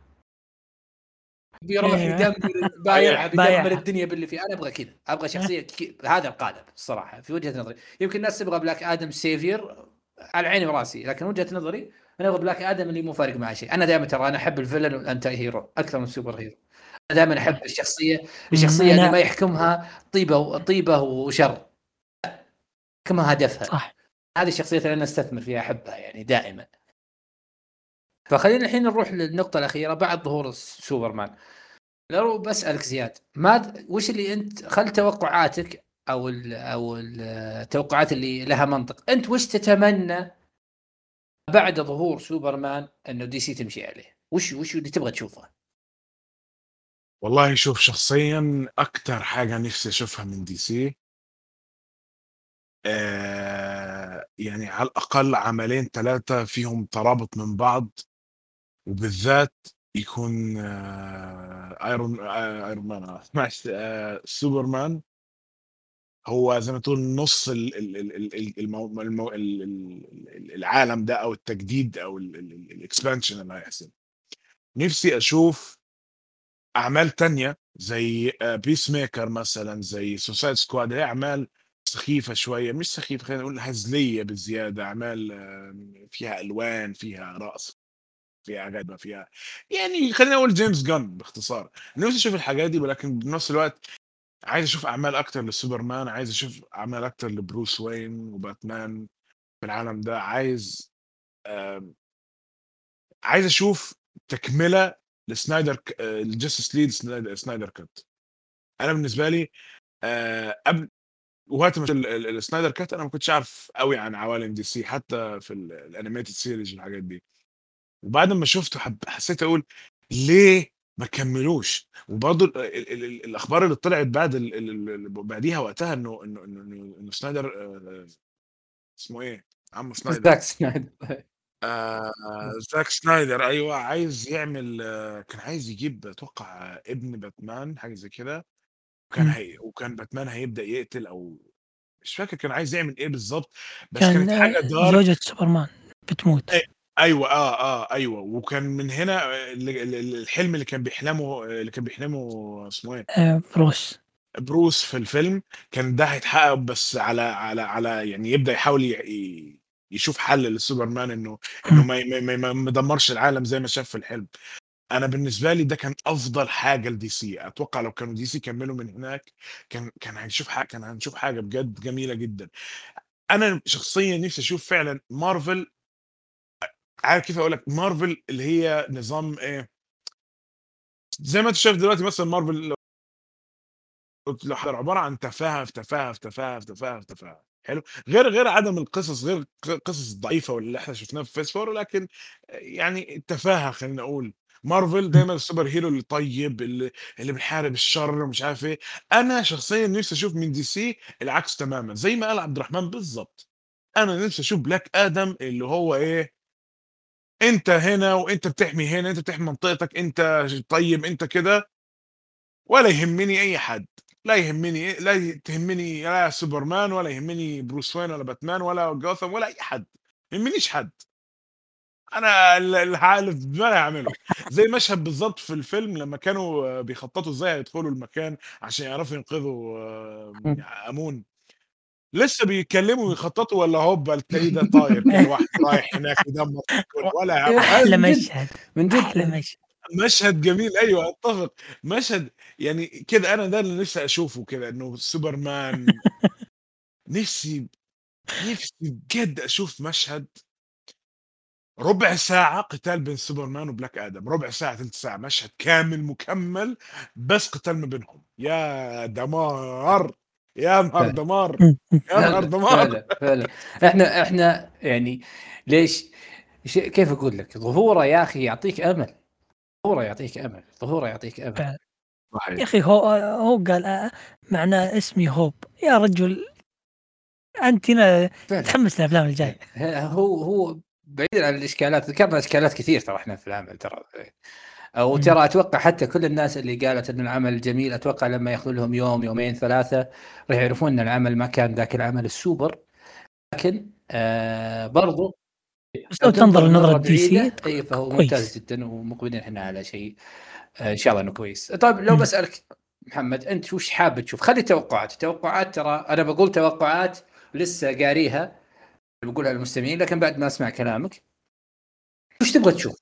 بيروح يدمر بيدمر الدنيا باللي فيه. انا ابغى كذا، ابغى شخصيه هذا القالب الصراحه في وجهه نظري. يمكن الناس تبغى بلاك ادم سيفير، على عيني وراسي، لكن وجهه نظري انا ابغى بلاك ادم اللي مو فارق معه شيء. انا دائما ترى انا احب الفيلن والانتي هيرو اكثر من السوبر هيرو. انا دائما احب الشخصيه اللي ما يحكمها طيبه وشر، يحكمها هدفها. صح. هذه الشخصيات اللي انا استثمر فيها، احبها يعني دائما. فخلينا الحين نروح للنقطه الاخيره بعد ظهور سوبرمان. لو بسألك زياد، وش اللي انت خل توقعاتك او التوقعات اللي لها منطق، انت وش تتمنى بعد ظهور سوبرمان انه دي سي تمشي عليه؟ وش اللي تبغى تشوفه؟ والله شوف، شخصيا اكتر حاجه نفسي اشوفها من دي سي يعني على الاقل عملين 3 فيهم ترابط من بعض، وبالذات يكون ايرون مان ماشي، سوبرمان هو زي ما تقول نص العالم ده، او التجديد او الاكسبانشن اللي هيحصل. نفسي اشوف اعمال تانية زي بيس ميكر مثلا، زي سوسايد سكواد، هي اعمال سخيفه شويه، مش سخيفه، خلينا نقول هزليه بالزياده، اعمال فيها الوان، فيها رقص، فيها عجبه، فيها يعني خلينا نقول جيمس جان باختصار. نفسي اشوف الحاجات دي، ولكن بنفس الوقت عايز اشوف اعمال اكتر لسوبرمان، عايز اشوف اعمال اكتر لبروس وين وباتمان في العالم ده. عايز اشوف تكمله لسنايدر، الجاستس ليج سنايدر كات. انا بالنسبه لي قبل وقت ما السنايدر كات انا ما كنتش عارف قوي عن عوالم دي سي، حتى في الانيميتد سيريز والحاجات دي. وبعد ما شفته حسيت اقول ليه ما كملوش. وبرضه الاخبار اللي طلعت بعديها وقتها انه سنايدر اسمه ايه عم سنايدر، زاك سنايدر زاك سنايدر أيوه، عايز يعمل كان عايز يجيب أتوقع ابن باتمان حاجة زي كده، إمم. وكان باتمان هيبدأ يقتل أو مش فاكر كان عايز يعمل إيه بالضبط، بس كان كانت حاجة زوجة dark. سوبرمان بتموت. أيوه، أيوه، وكان من هنا الحلم اللي كان بيحلمه اسمه إيه؟ بروس. بروس في الفيلم، كان ده هيتحقق بس على يعني يبدأ يحاول يشوف حل للسوبرمان إنه إمم. ما يدمّرش العالم زي ما شاف في الحلم. أنا بالنسبة لي ده كان أفضل حاجة لDC، أتوقع لو كانوا DC كمّلوا من هناك كان هنشوف حاجة بجد جميلة جدًا. أنا شخصيًا نِفْسي أشوف فعلًا Marvel، عارف كيف أقول لك، Marvel اللي هي نظام إيه، زي ما أنت شايف دلوقتي مثلًا Marvel عبارة عن تفاهة في تفاهة في تفاهة في تفاهة في تفاهة، حلو، غير عدم القصص، غير القصص الضعيفة واللي إحنا شفناها في Phase 4، لكن يعني التفاهة خلّينا نقول. مارفل إمم. دايمًا السوبر هيرو الطيب اللي بيحارب الشر ومش عارف إيه. أنا شخصيًا نِفْسي أشوف من DC العكس تمامًا، زي ما قال عبد الرحمن بالضبط. أنا نِفْسي أشوف بلاك آدم اللي هو إيه، أنت هنا وأنت بتحمي هنا، أنت بتحمي منطقتك، أنت طيب، أنت كده، ولا يهمني أي حد، لا تهمني لا سوبرمان ولا يهمني بروس وين ولا باتمان ولا جوثام ولا أي حد، ما يهمنيش حد. أنا اللي في دماغي هاعمله، زي مشهد بالضبط في الفيلم لمّا كانوا بيخططوا إزاي هيدخلوا المكان عشان يعرفوا ينقذوا إمم. أمون، لسه بيتكلموا ويخططوا والّا هوبا تلاقيه ده طاير كده لوحده رايح هناك يدمر في الكل ولا هَم. هذا أحلى من جد، مشهد، من أحلى جد. مشهد. مشهد جميل أيوه أتّفق، مشهد يعني كده أنا ده اللي نفسي أشوفه كده، إنه سوبرمان نفسي نفسي بجد أشوف مشهد ربع ساعة قتال بين سوبرمان وبلاك آدم، ربع ساعة، تلت ساعة، مشهد كامل مكمّل بس قتال ما بينهم، يا دمار! يا نهار فعلًا، دمار! إمم. إمم. يا نهار فعلًا، دمار! فعلًا، فعلًا. إحنا يعني ليش كيف أقول لك، ظهوره يا أخي يعطيك أمل، ظهوره يعطيك أمل، ظهوره يعطيك أمل. فعلًا. يا صحيح. أخي هو قال معناه اسمي هوب. يا رجل أنت هنا فعلًا. متحمس للأفلام الجاية. هو بعيدًا عن الإشكالات، ذكرنا إشكالات كثير ترى إحنا في العمل ترى. أو إمم. ترى أتوقع حتى كل الناس اللي قالت إن العمل جميل، أتوقع لمّا ياخذ لهم يوم، يومين، 3 راح يعرفون إن العمل ما كان ذاك العمل السوبر، لكن برضو بس لو لو تنظر تنظر لنظرة نظرة DC بعيدة أي فهو ممتاز كويس. جدًا، ومقبلين إحنا على شيء إن شاء الله إنه كويس. طيب لو إمم. باسألك محمد، أنت وش حابب تشوف؟ خلي توقعات ترى أنا باقول توقعات لسه قاريها باقولها للمستمعين، لكن بعد ما أسمع كلامك، وش تبغى تشوف؟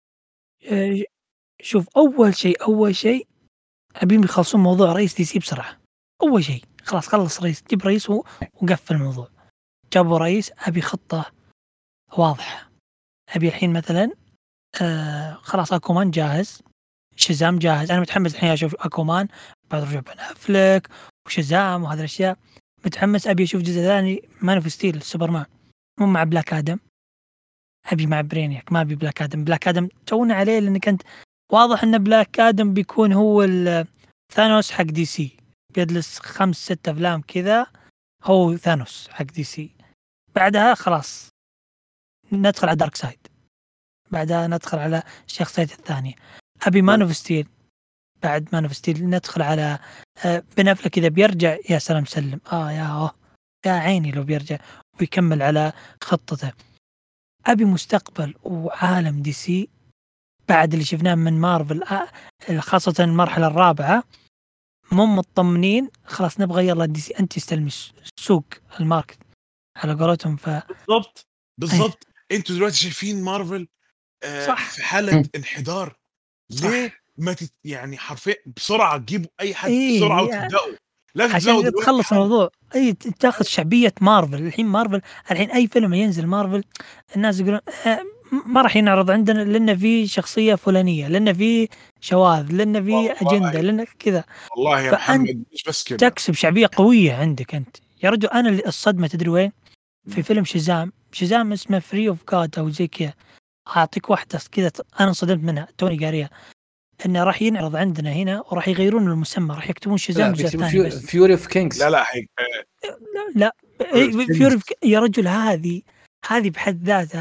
آآ شوف أول شيء أبيهم يخلصون موضوع رئيس DC بسرعة. أول شيء خلاص خلّص رئيس، جيب رئيس وقفّل الموضوع. جابوا رئيس، أبي خطة واضحة. أبي الحين مثلًا خلاص أكوامان جاهز، شازام جاهز. أنا متحمس الحين أشوف أكوامان بعد رجوع بن أفلك وشازام وهذه الأشياء. متحمس أبي أشوف جزء ثاني مان اوف ستيل سوبرمان، مو مع بلاك آدم، أبي مع برينياك، ما أبي بلاك آدم. بلاك آدم تونا عليه لأنك أنت واضح إن بلاك آدم بيكون هو ثانوس حق DC، بيجلس 5 6 أفلام كذا هو ثانوس حق DC. بعدها خلاص ندخل على دارك سايد، بعدها ندخل على الشخصيات الثانية. أبي مان اوف ستيل، بعد مان اوف ستيل ندخل على بن أفلك إذا بيرجع يا سلام سلم. يا عيني لو بيرجع وبيكمل على خطته. أبي مستقبل وعالم دي سي بعد اللي شفناه من مارفل، خاصة المرحلة الرابعة مو مطمنين. خلاص نبغى يلا دي سي أنت تستلمي السوق الماركت على قولتهم. بالضبط، إيه بالضبط. أنتم دلوقتي شايفين مارفل صح. في حالة انحدار، ليه صح. ما يعني حرفيًا بسرعة تجيبوا أي حد بسرعة إيه وتبدأوا، لازم تبدأوا عشان دلوقتي تخلص حالًا. الموضوع. أي تاخذ شعبية مارفل الحين. مارفل الحين أي فيلم ينزل مارفل الناس يقولون ما راح ينعرض عندنا لأن في شخصية فلانية، لأن في شواذ، لأن في أجندة، والله لأن كذا. والله يا فأنت محمد مش بس كده. تكسب شعبية قوية عندك أنت يا رجل. أنا اللي الصدمة تدري وين؟ في فيلم شازام اسمه فري اوف جاد أو زي كذا. أعطيك واحدة كذا أنا انصدمت منها توني قاريها، إنه راح ينعرض عندنا هنا وراح يغيرون المسمى، راح يكتبون شازام لا الجزء بيكتبوا الثاني بس. فيوري اوف كينجز. لا، لا لا كينجز. فيوري يا رجل، هذه بحد ذاتها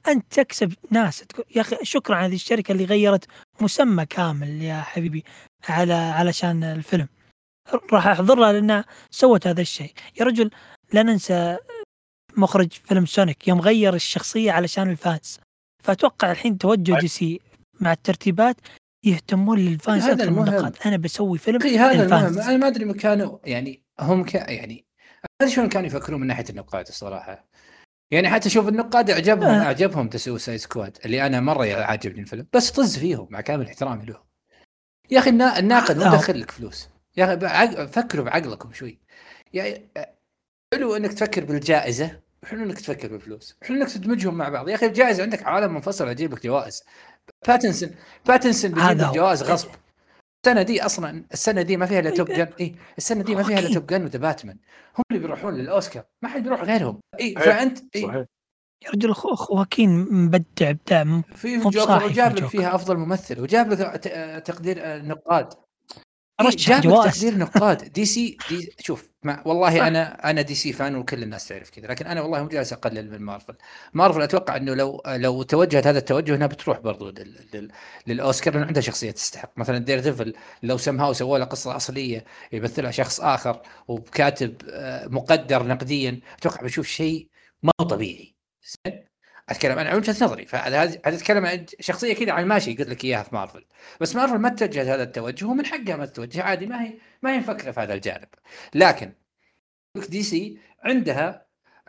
انت تكسب ناس تقول يا اخي شكرا على هذه الشركه اللي غيرت مسمى كامل يا حبيبي علشان الفيلم، راح احضر لها لانها سوت هذا الشيء. يا رجل لا ننسى مخرج فيلم سونيك يوم غير الشخصيه علشان الفانز، فاتوقع الحين توجه دي سي مع الترتيبات يهتمون للفانز هذا اكثر من المهم. النقاد. انا بسوي فيلم اخي هذا المهم. للفانز. انا ما ادري كانوا يعني هم يعني ما ادري شلون كانوا يفكرون من ناحيه النقاد الصراحه. يعني حتى شوف النقاد اعجبهم تسوي سايد سكواد اللي انا مره عاجبني الفيلم، بس طز فيهم مع كامل احترامي لهم. يا اخي الناقد مو دخل لك فلوس يا اخي، فكروا بعقلكم شوي. يعني حلو انك تفكر بالجائزه، حلو انك تفكر بالفلوس، حلو انك تدمجهم مع بعض. يا اخي الجائزه عندك عالم منفصل اجيب لك جوائز. باتنسون بيجيب لك جوائز غصب. السنه دي ما فيها الا توب جن. السنه دي ما فيها الا توب جن وذا باتمان، هم اللي بيروحون للاوسكار، ما حد بيروح غيرهم. فانت صحيح. يا رجل خواكين مبدع ابداع في جوكر، وجاب لك فيها افضل ممثل، وجاب لك تقدير النقاد. جاب لك تقدير نقاد. دي سي شوف والله انا دي سي فان وكل الناس تعرف كذا، لكن انا والله مو جالس اقلل من مارفل اتوقع انه لو توجهت هذا التوجه انها بتروح برضو للاوسكار، لانه عندها شخصيه تستحق. مثلا دير ديفل لو سمهاو سووا له قصه اصليه يمثلها شخص اخر وبكاتب مقدر نقديا، اتوقع بشوف شيء ما طبيعي. اتكلم انا عن وجهه نظري، فهذا اتكلم عن شخصيه كذا على الماشي قلت لك اياها في مارفل. بس مارفل ما تتوجه هذا التوجه، ومن حقها ما تتوجه عادي، ما هي مفكره في هذا الجانب. لكن دي سي عندها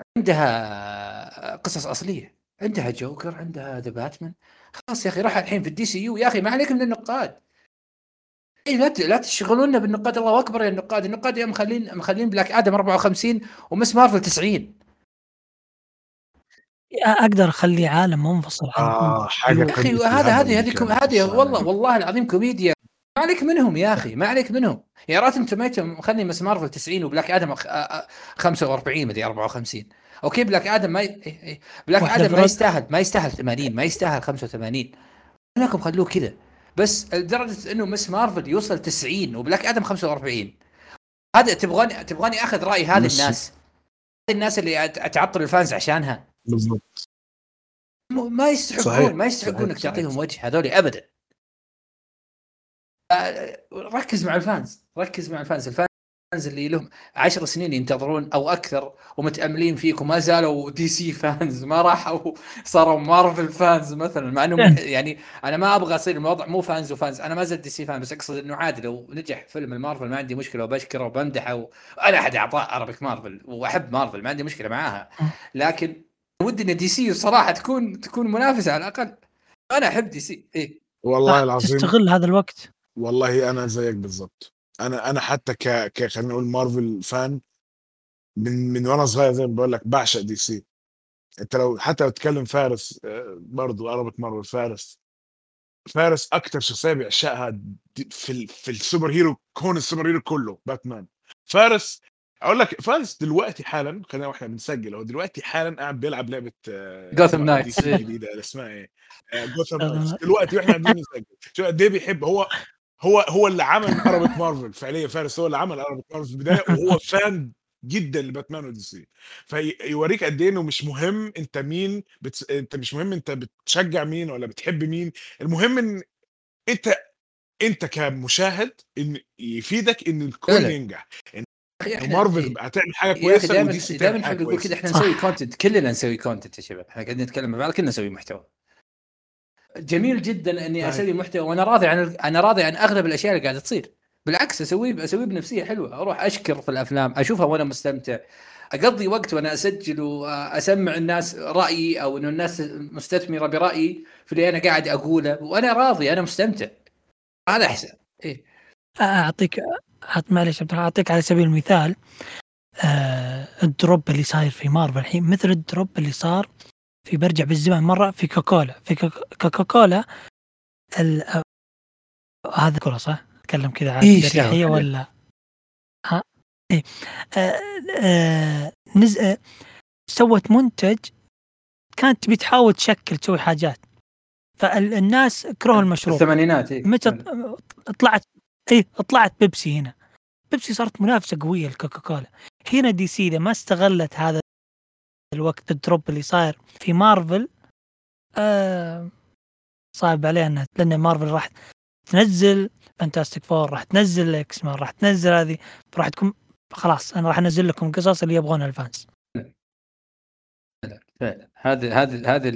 قصص اصليه، عندها جوكر، عندها ذا باتمان. خلاص يا اخي راح الحين في الدي سي يو. يا اخي ما عليك من النقاد. لا تشغلونا بالنقاد. الله اكبر يا النقاد يا مخلين بلاك ادم 54 ومس مارفل 90. اقدر اخلي عالم منفصل عن حاجه اخي. هذه والله العظيم كوميديا. ما عليك منهم يا اخي، ما عليك منهم. يا راتم توميتو مخلي مس مارفل 90 وبلاك ادم 45 مدري 54. اوكي بلاك ادم بلاك ادم ما يستاهل 80، ما يستاهل 85. لكم خلوه كذا بس، لدرجه انه مس مارفل يوصل 90 وبلاك ادم 45. هذا تبغاني اخذ راي هذه الناس اللي تعطل الفانز عشانها. بالضبط. ما يستحقون انك تعطيهم وجه هذول ابدا. ركز مع الفانز. الفانز اللي لهم 10 سنين ينتظرون او اكثر ومتاملين فيك، وما زالوا دي سي فانز، ما راحوا صاروا مارفل فانز مثلا. مع انه يعني انا ما ابغى اصير الموضوع مو فانز وفانز، انا ما زلت دي سي فان، بس اقصد انه عادي لو نجح فيلم المارفل ما عندي مشكله وبشكره وبمدحه، وانا احد اعضاء اربك مارفل واحب مارفل ما عندي مشكله معاها. لكن ودي ان دي سي صراحه تكون منافسه على الاقل. انا احب دي سي. والله العظيم تستغل هذا الوقت. والله انا زيك بالضبط. انا حتى خلينا نقول مارفل فان من وانا صغير، زي ما بقول لك بعشق دي سي. انت لو تتكلم فارس برضو اربط مارفل. فارس اكتر شخصيه بيعشقها في السوبر هيرو، كون السوبر هيرو كله باتمان. فارس اقول لك فارس دلوقتي حالا، خلينا واحنا بنسجل، هو دلوقتي حالا قاعد بيلعب لعبه جوثام نايتس الجديده اسمها ايه، جوثام نايتس دلوقتي واحنا قاعدين نسجل. شو قد ايه بيحب. هو اللي عمل اربط مارفل فعليا. فارس هو اللي عمل اربط مارفل في البدايه، وهو فان جدا لباتمان ودي سي. فيوريك قد ايه انه مش مهم انت مين انت مش مهم انت بتشجع مين ولا بتحب مين. المهم ان انت كمشاهد ان يفيدك ان الكل ينجح. مارفل هتعمل حاجه كويسه ودي سي تعمل حاجه كويسه. كده احنا نسوي كونتنت، كلنا نسوي كونتنت يا شباب. احنا قاعدين نتكلم مع بعض، كلنا نسوي محتوى. جميل جدا اني اسوي محتوى وانا راضي عن اغلب الاشياء اللي قاعده تصير. بالعكس اسوي بنفسيه حلوه، اروح اشكر في الافلام، اشوفها وانا مستمتع، اقضي وقت وانا اسجل واسمع الناس رايي، او انه الناس مستثمره برايي في اللي انا قاعد اقوله، وانا راضي، انا مستمتع. هذا احسن. اعطيك معلش اعطيك على سبيل المثال الدروب اللي صاير في مارفل الحين، مثل الدروب اللي صار في برجع بالزمن مره في كوكولا. في كوكولا هذا كولا صح؟ اتكلم كذا عن الريحيه ولا ها؟ إيه. سوت منتج كانت بتحاول تسوي حاجات، فالناس كرهوا المشروع. الثمانينات متى طلعت بيبسي. هنا بيبسي صارت منافسه قويه لكوكاكولا. هنا دي سي ما استغلت هذا الوقت الدروب اللي صاير في مارفل صعب علينا لأن مارفل راح تنزل فانتاستيك فور، راح تنزل اكس مان، راح تنزل هذه، راح تكون خلاص انا راح انزل لكم قصص اللي يبغونها الفانز. فعلا هذه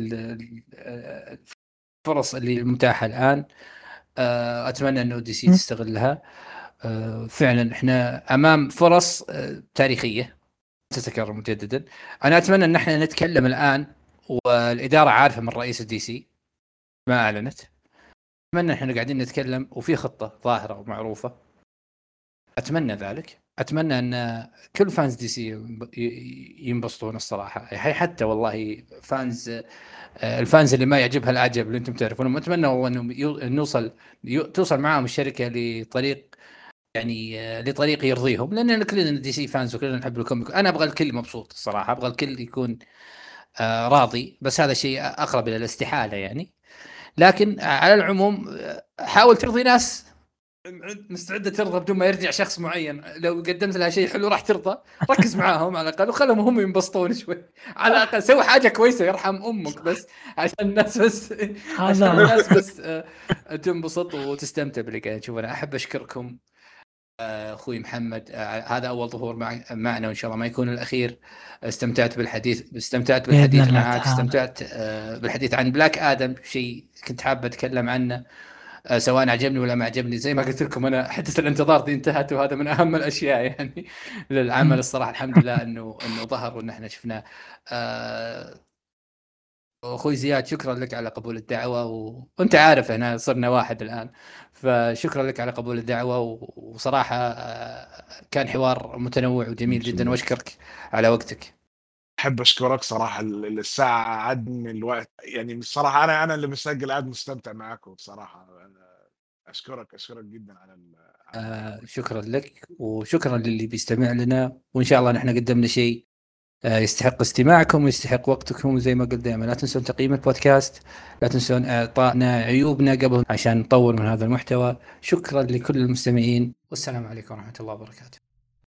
الفرص اللي متاحة الآن. أتمنى أنه دي سي تستغلها. فعلا احنا أمام فرص تاريخية تتكرر مجددا. أنا أتمنى أن احنا نتكلم الآن والإدارة عارفة من رئيس الدي سي ما أعلنت. أتمنى احنا قاعدين نتكلم وفي خطة ظاهرة ومعروفة. أتمنى ذلك. أتمنى أن كل فانز دي سي ينبسطون الصراحة، حتى والله فانز الفانز اللي ما يعجبها العجب اللي انتم تعرفونهم. اتمنى والله انه توصل معاهم الشركه لطريق يعني لطريق يرضيهم، لان كلنا دي سي فانز وكلنا نحب الكوميك. انا ابغى الكل مبسوط الصراحه، ابغى الكل يكون راضي، بس هذا شيء اقرب الى الاستحاله يعني. لكن على العموم حاول ترضي ناس مستعده ترضى بدون ما يرجع شخص معين. لو قدمت لها شيء حلو راح ترضى. ركز معاهم على الاقل وخلهم هم ينبسطون شوي. على الاقل سوي حاجه كويسه يرحم امك بس عشان الناس بس تنبسط وتستمتع باللي قاعد تشوفه. انا احب اشكركم اخوي محمد. هذا اول ظهور معنا وان شاء الله ما يكون الاخير. استمتعت بالحديث معك. استمتعت بالحديث عن بلاك آدم، شيء كنت حابة اتكلم عنه سواء عجبني ولا ما عجبني. زي ما قلت لكم انا حدث الانتظار دي انتهت، وهذا من اهم الاشياء يعني للعمل الصراحه. الحمد لله انه ظهر وان احنا شفناه. اخوي زياد شكرا لك على قبول الدعوه، وانت عارف احنا صرنا واحد الان، فشكرا لك على قبول الدعوه. وصراحه كان حوار متنوع وجميل جدا، واشكرك على وقتك. احب اشكرك صراحه، الساعه عاد من الوقت يعني. الصراحه انا اللي مسجل قاعد مستمتع معاكم بصراحه. اشكرك جدا على شكرا لك وشكرا للي بيستمع لنا، وان شاء الله نحن قدمنا شيء يستحق استماعكم ويستحق وقتكم. وزي ما قلت دائما لا تنسون تقييم البودكاست، لا تنسون اعطائنا عيوبنا قبل عشان نطور من هذا المحتوى. شكرا لكل المستمعين والسلام عليكم ورحمه الله وبركاته.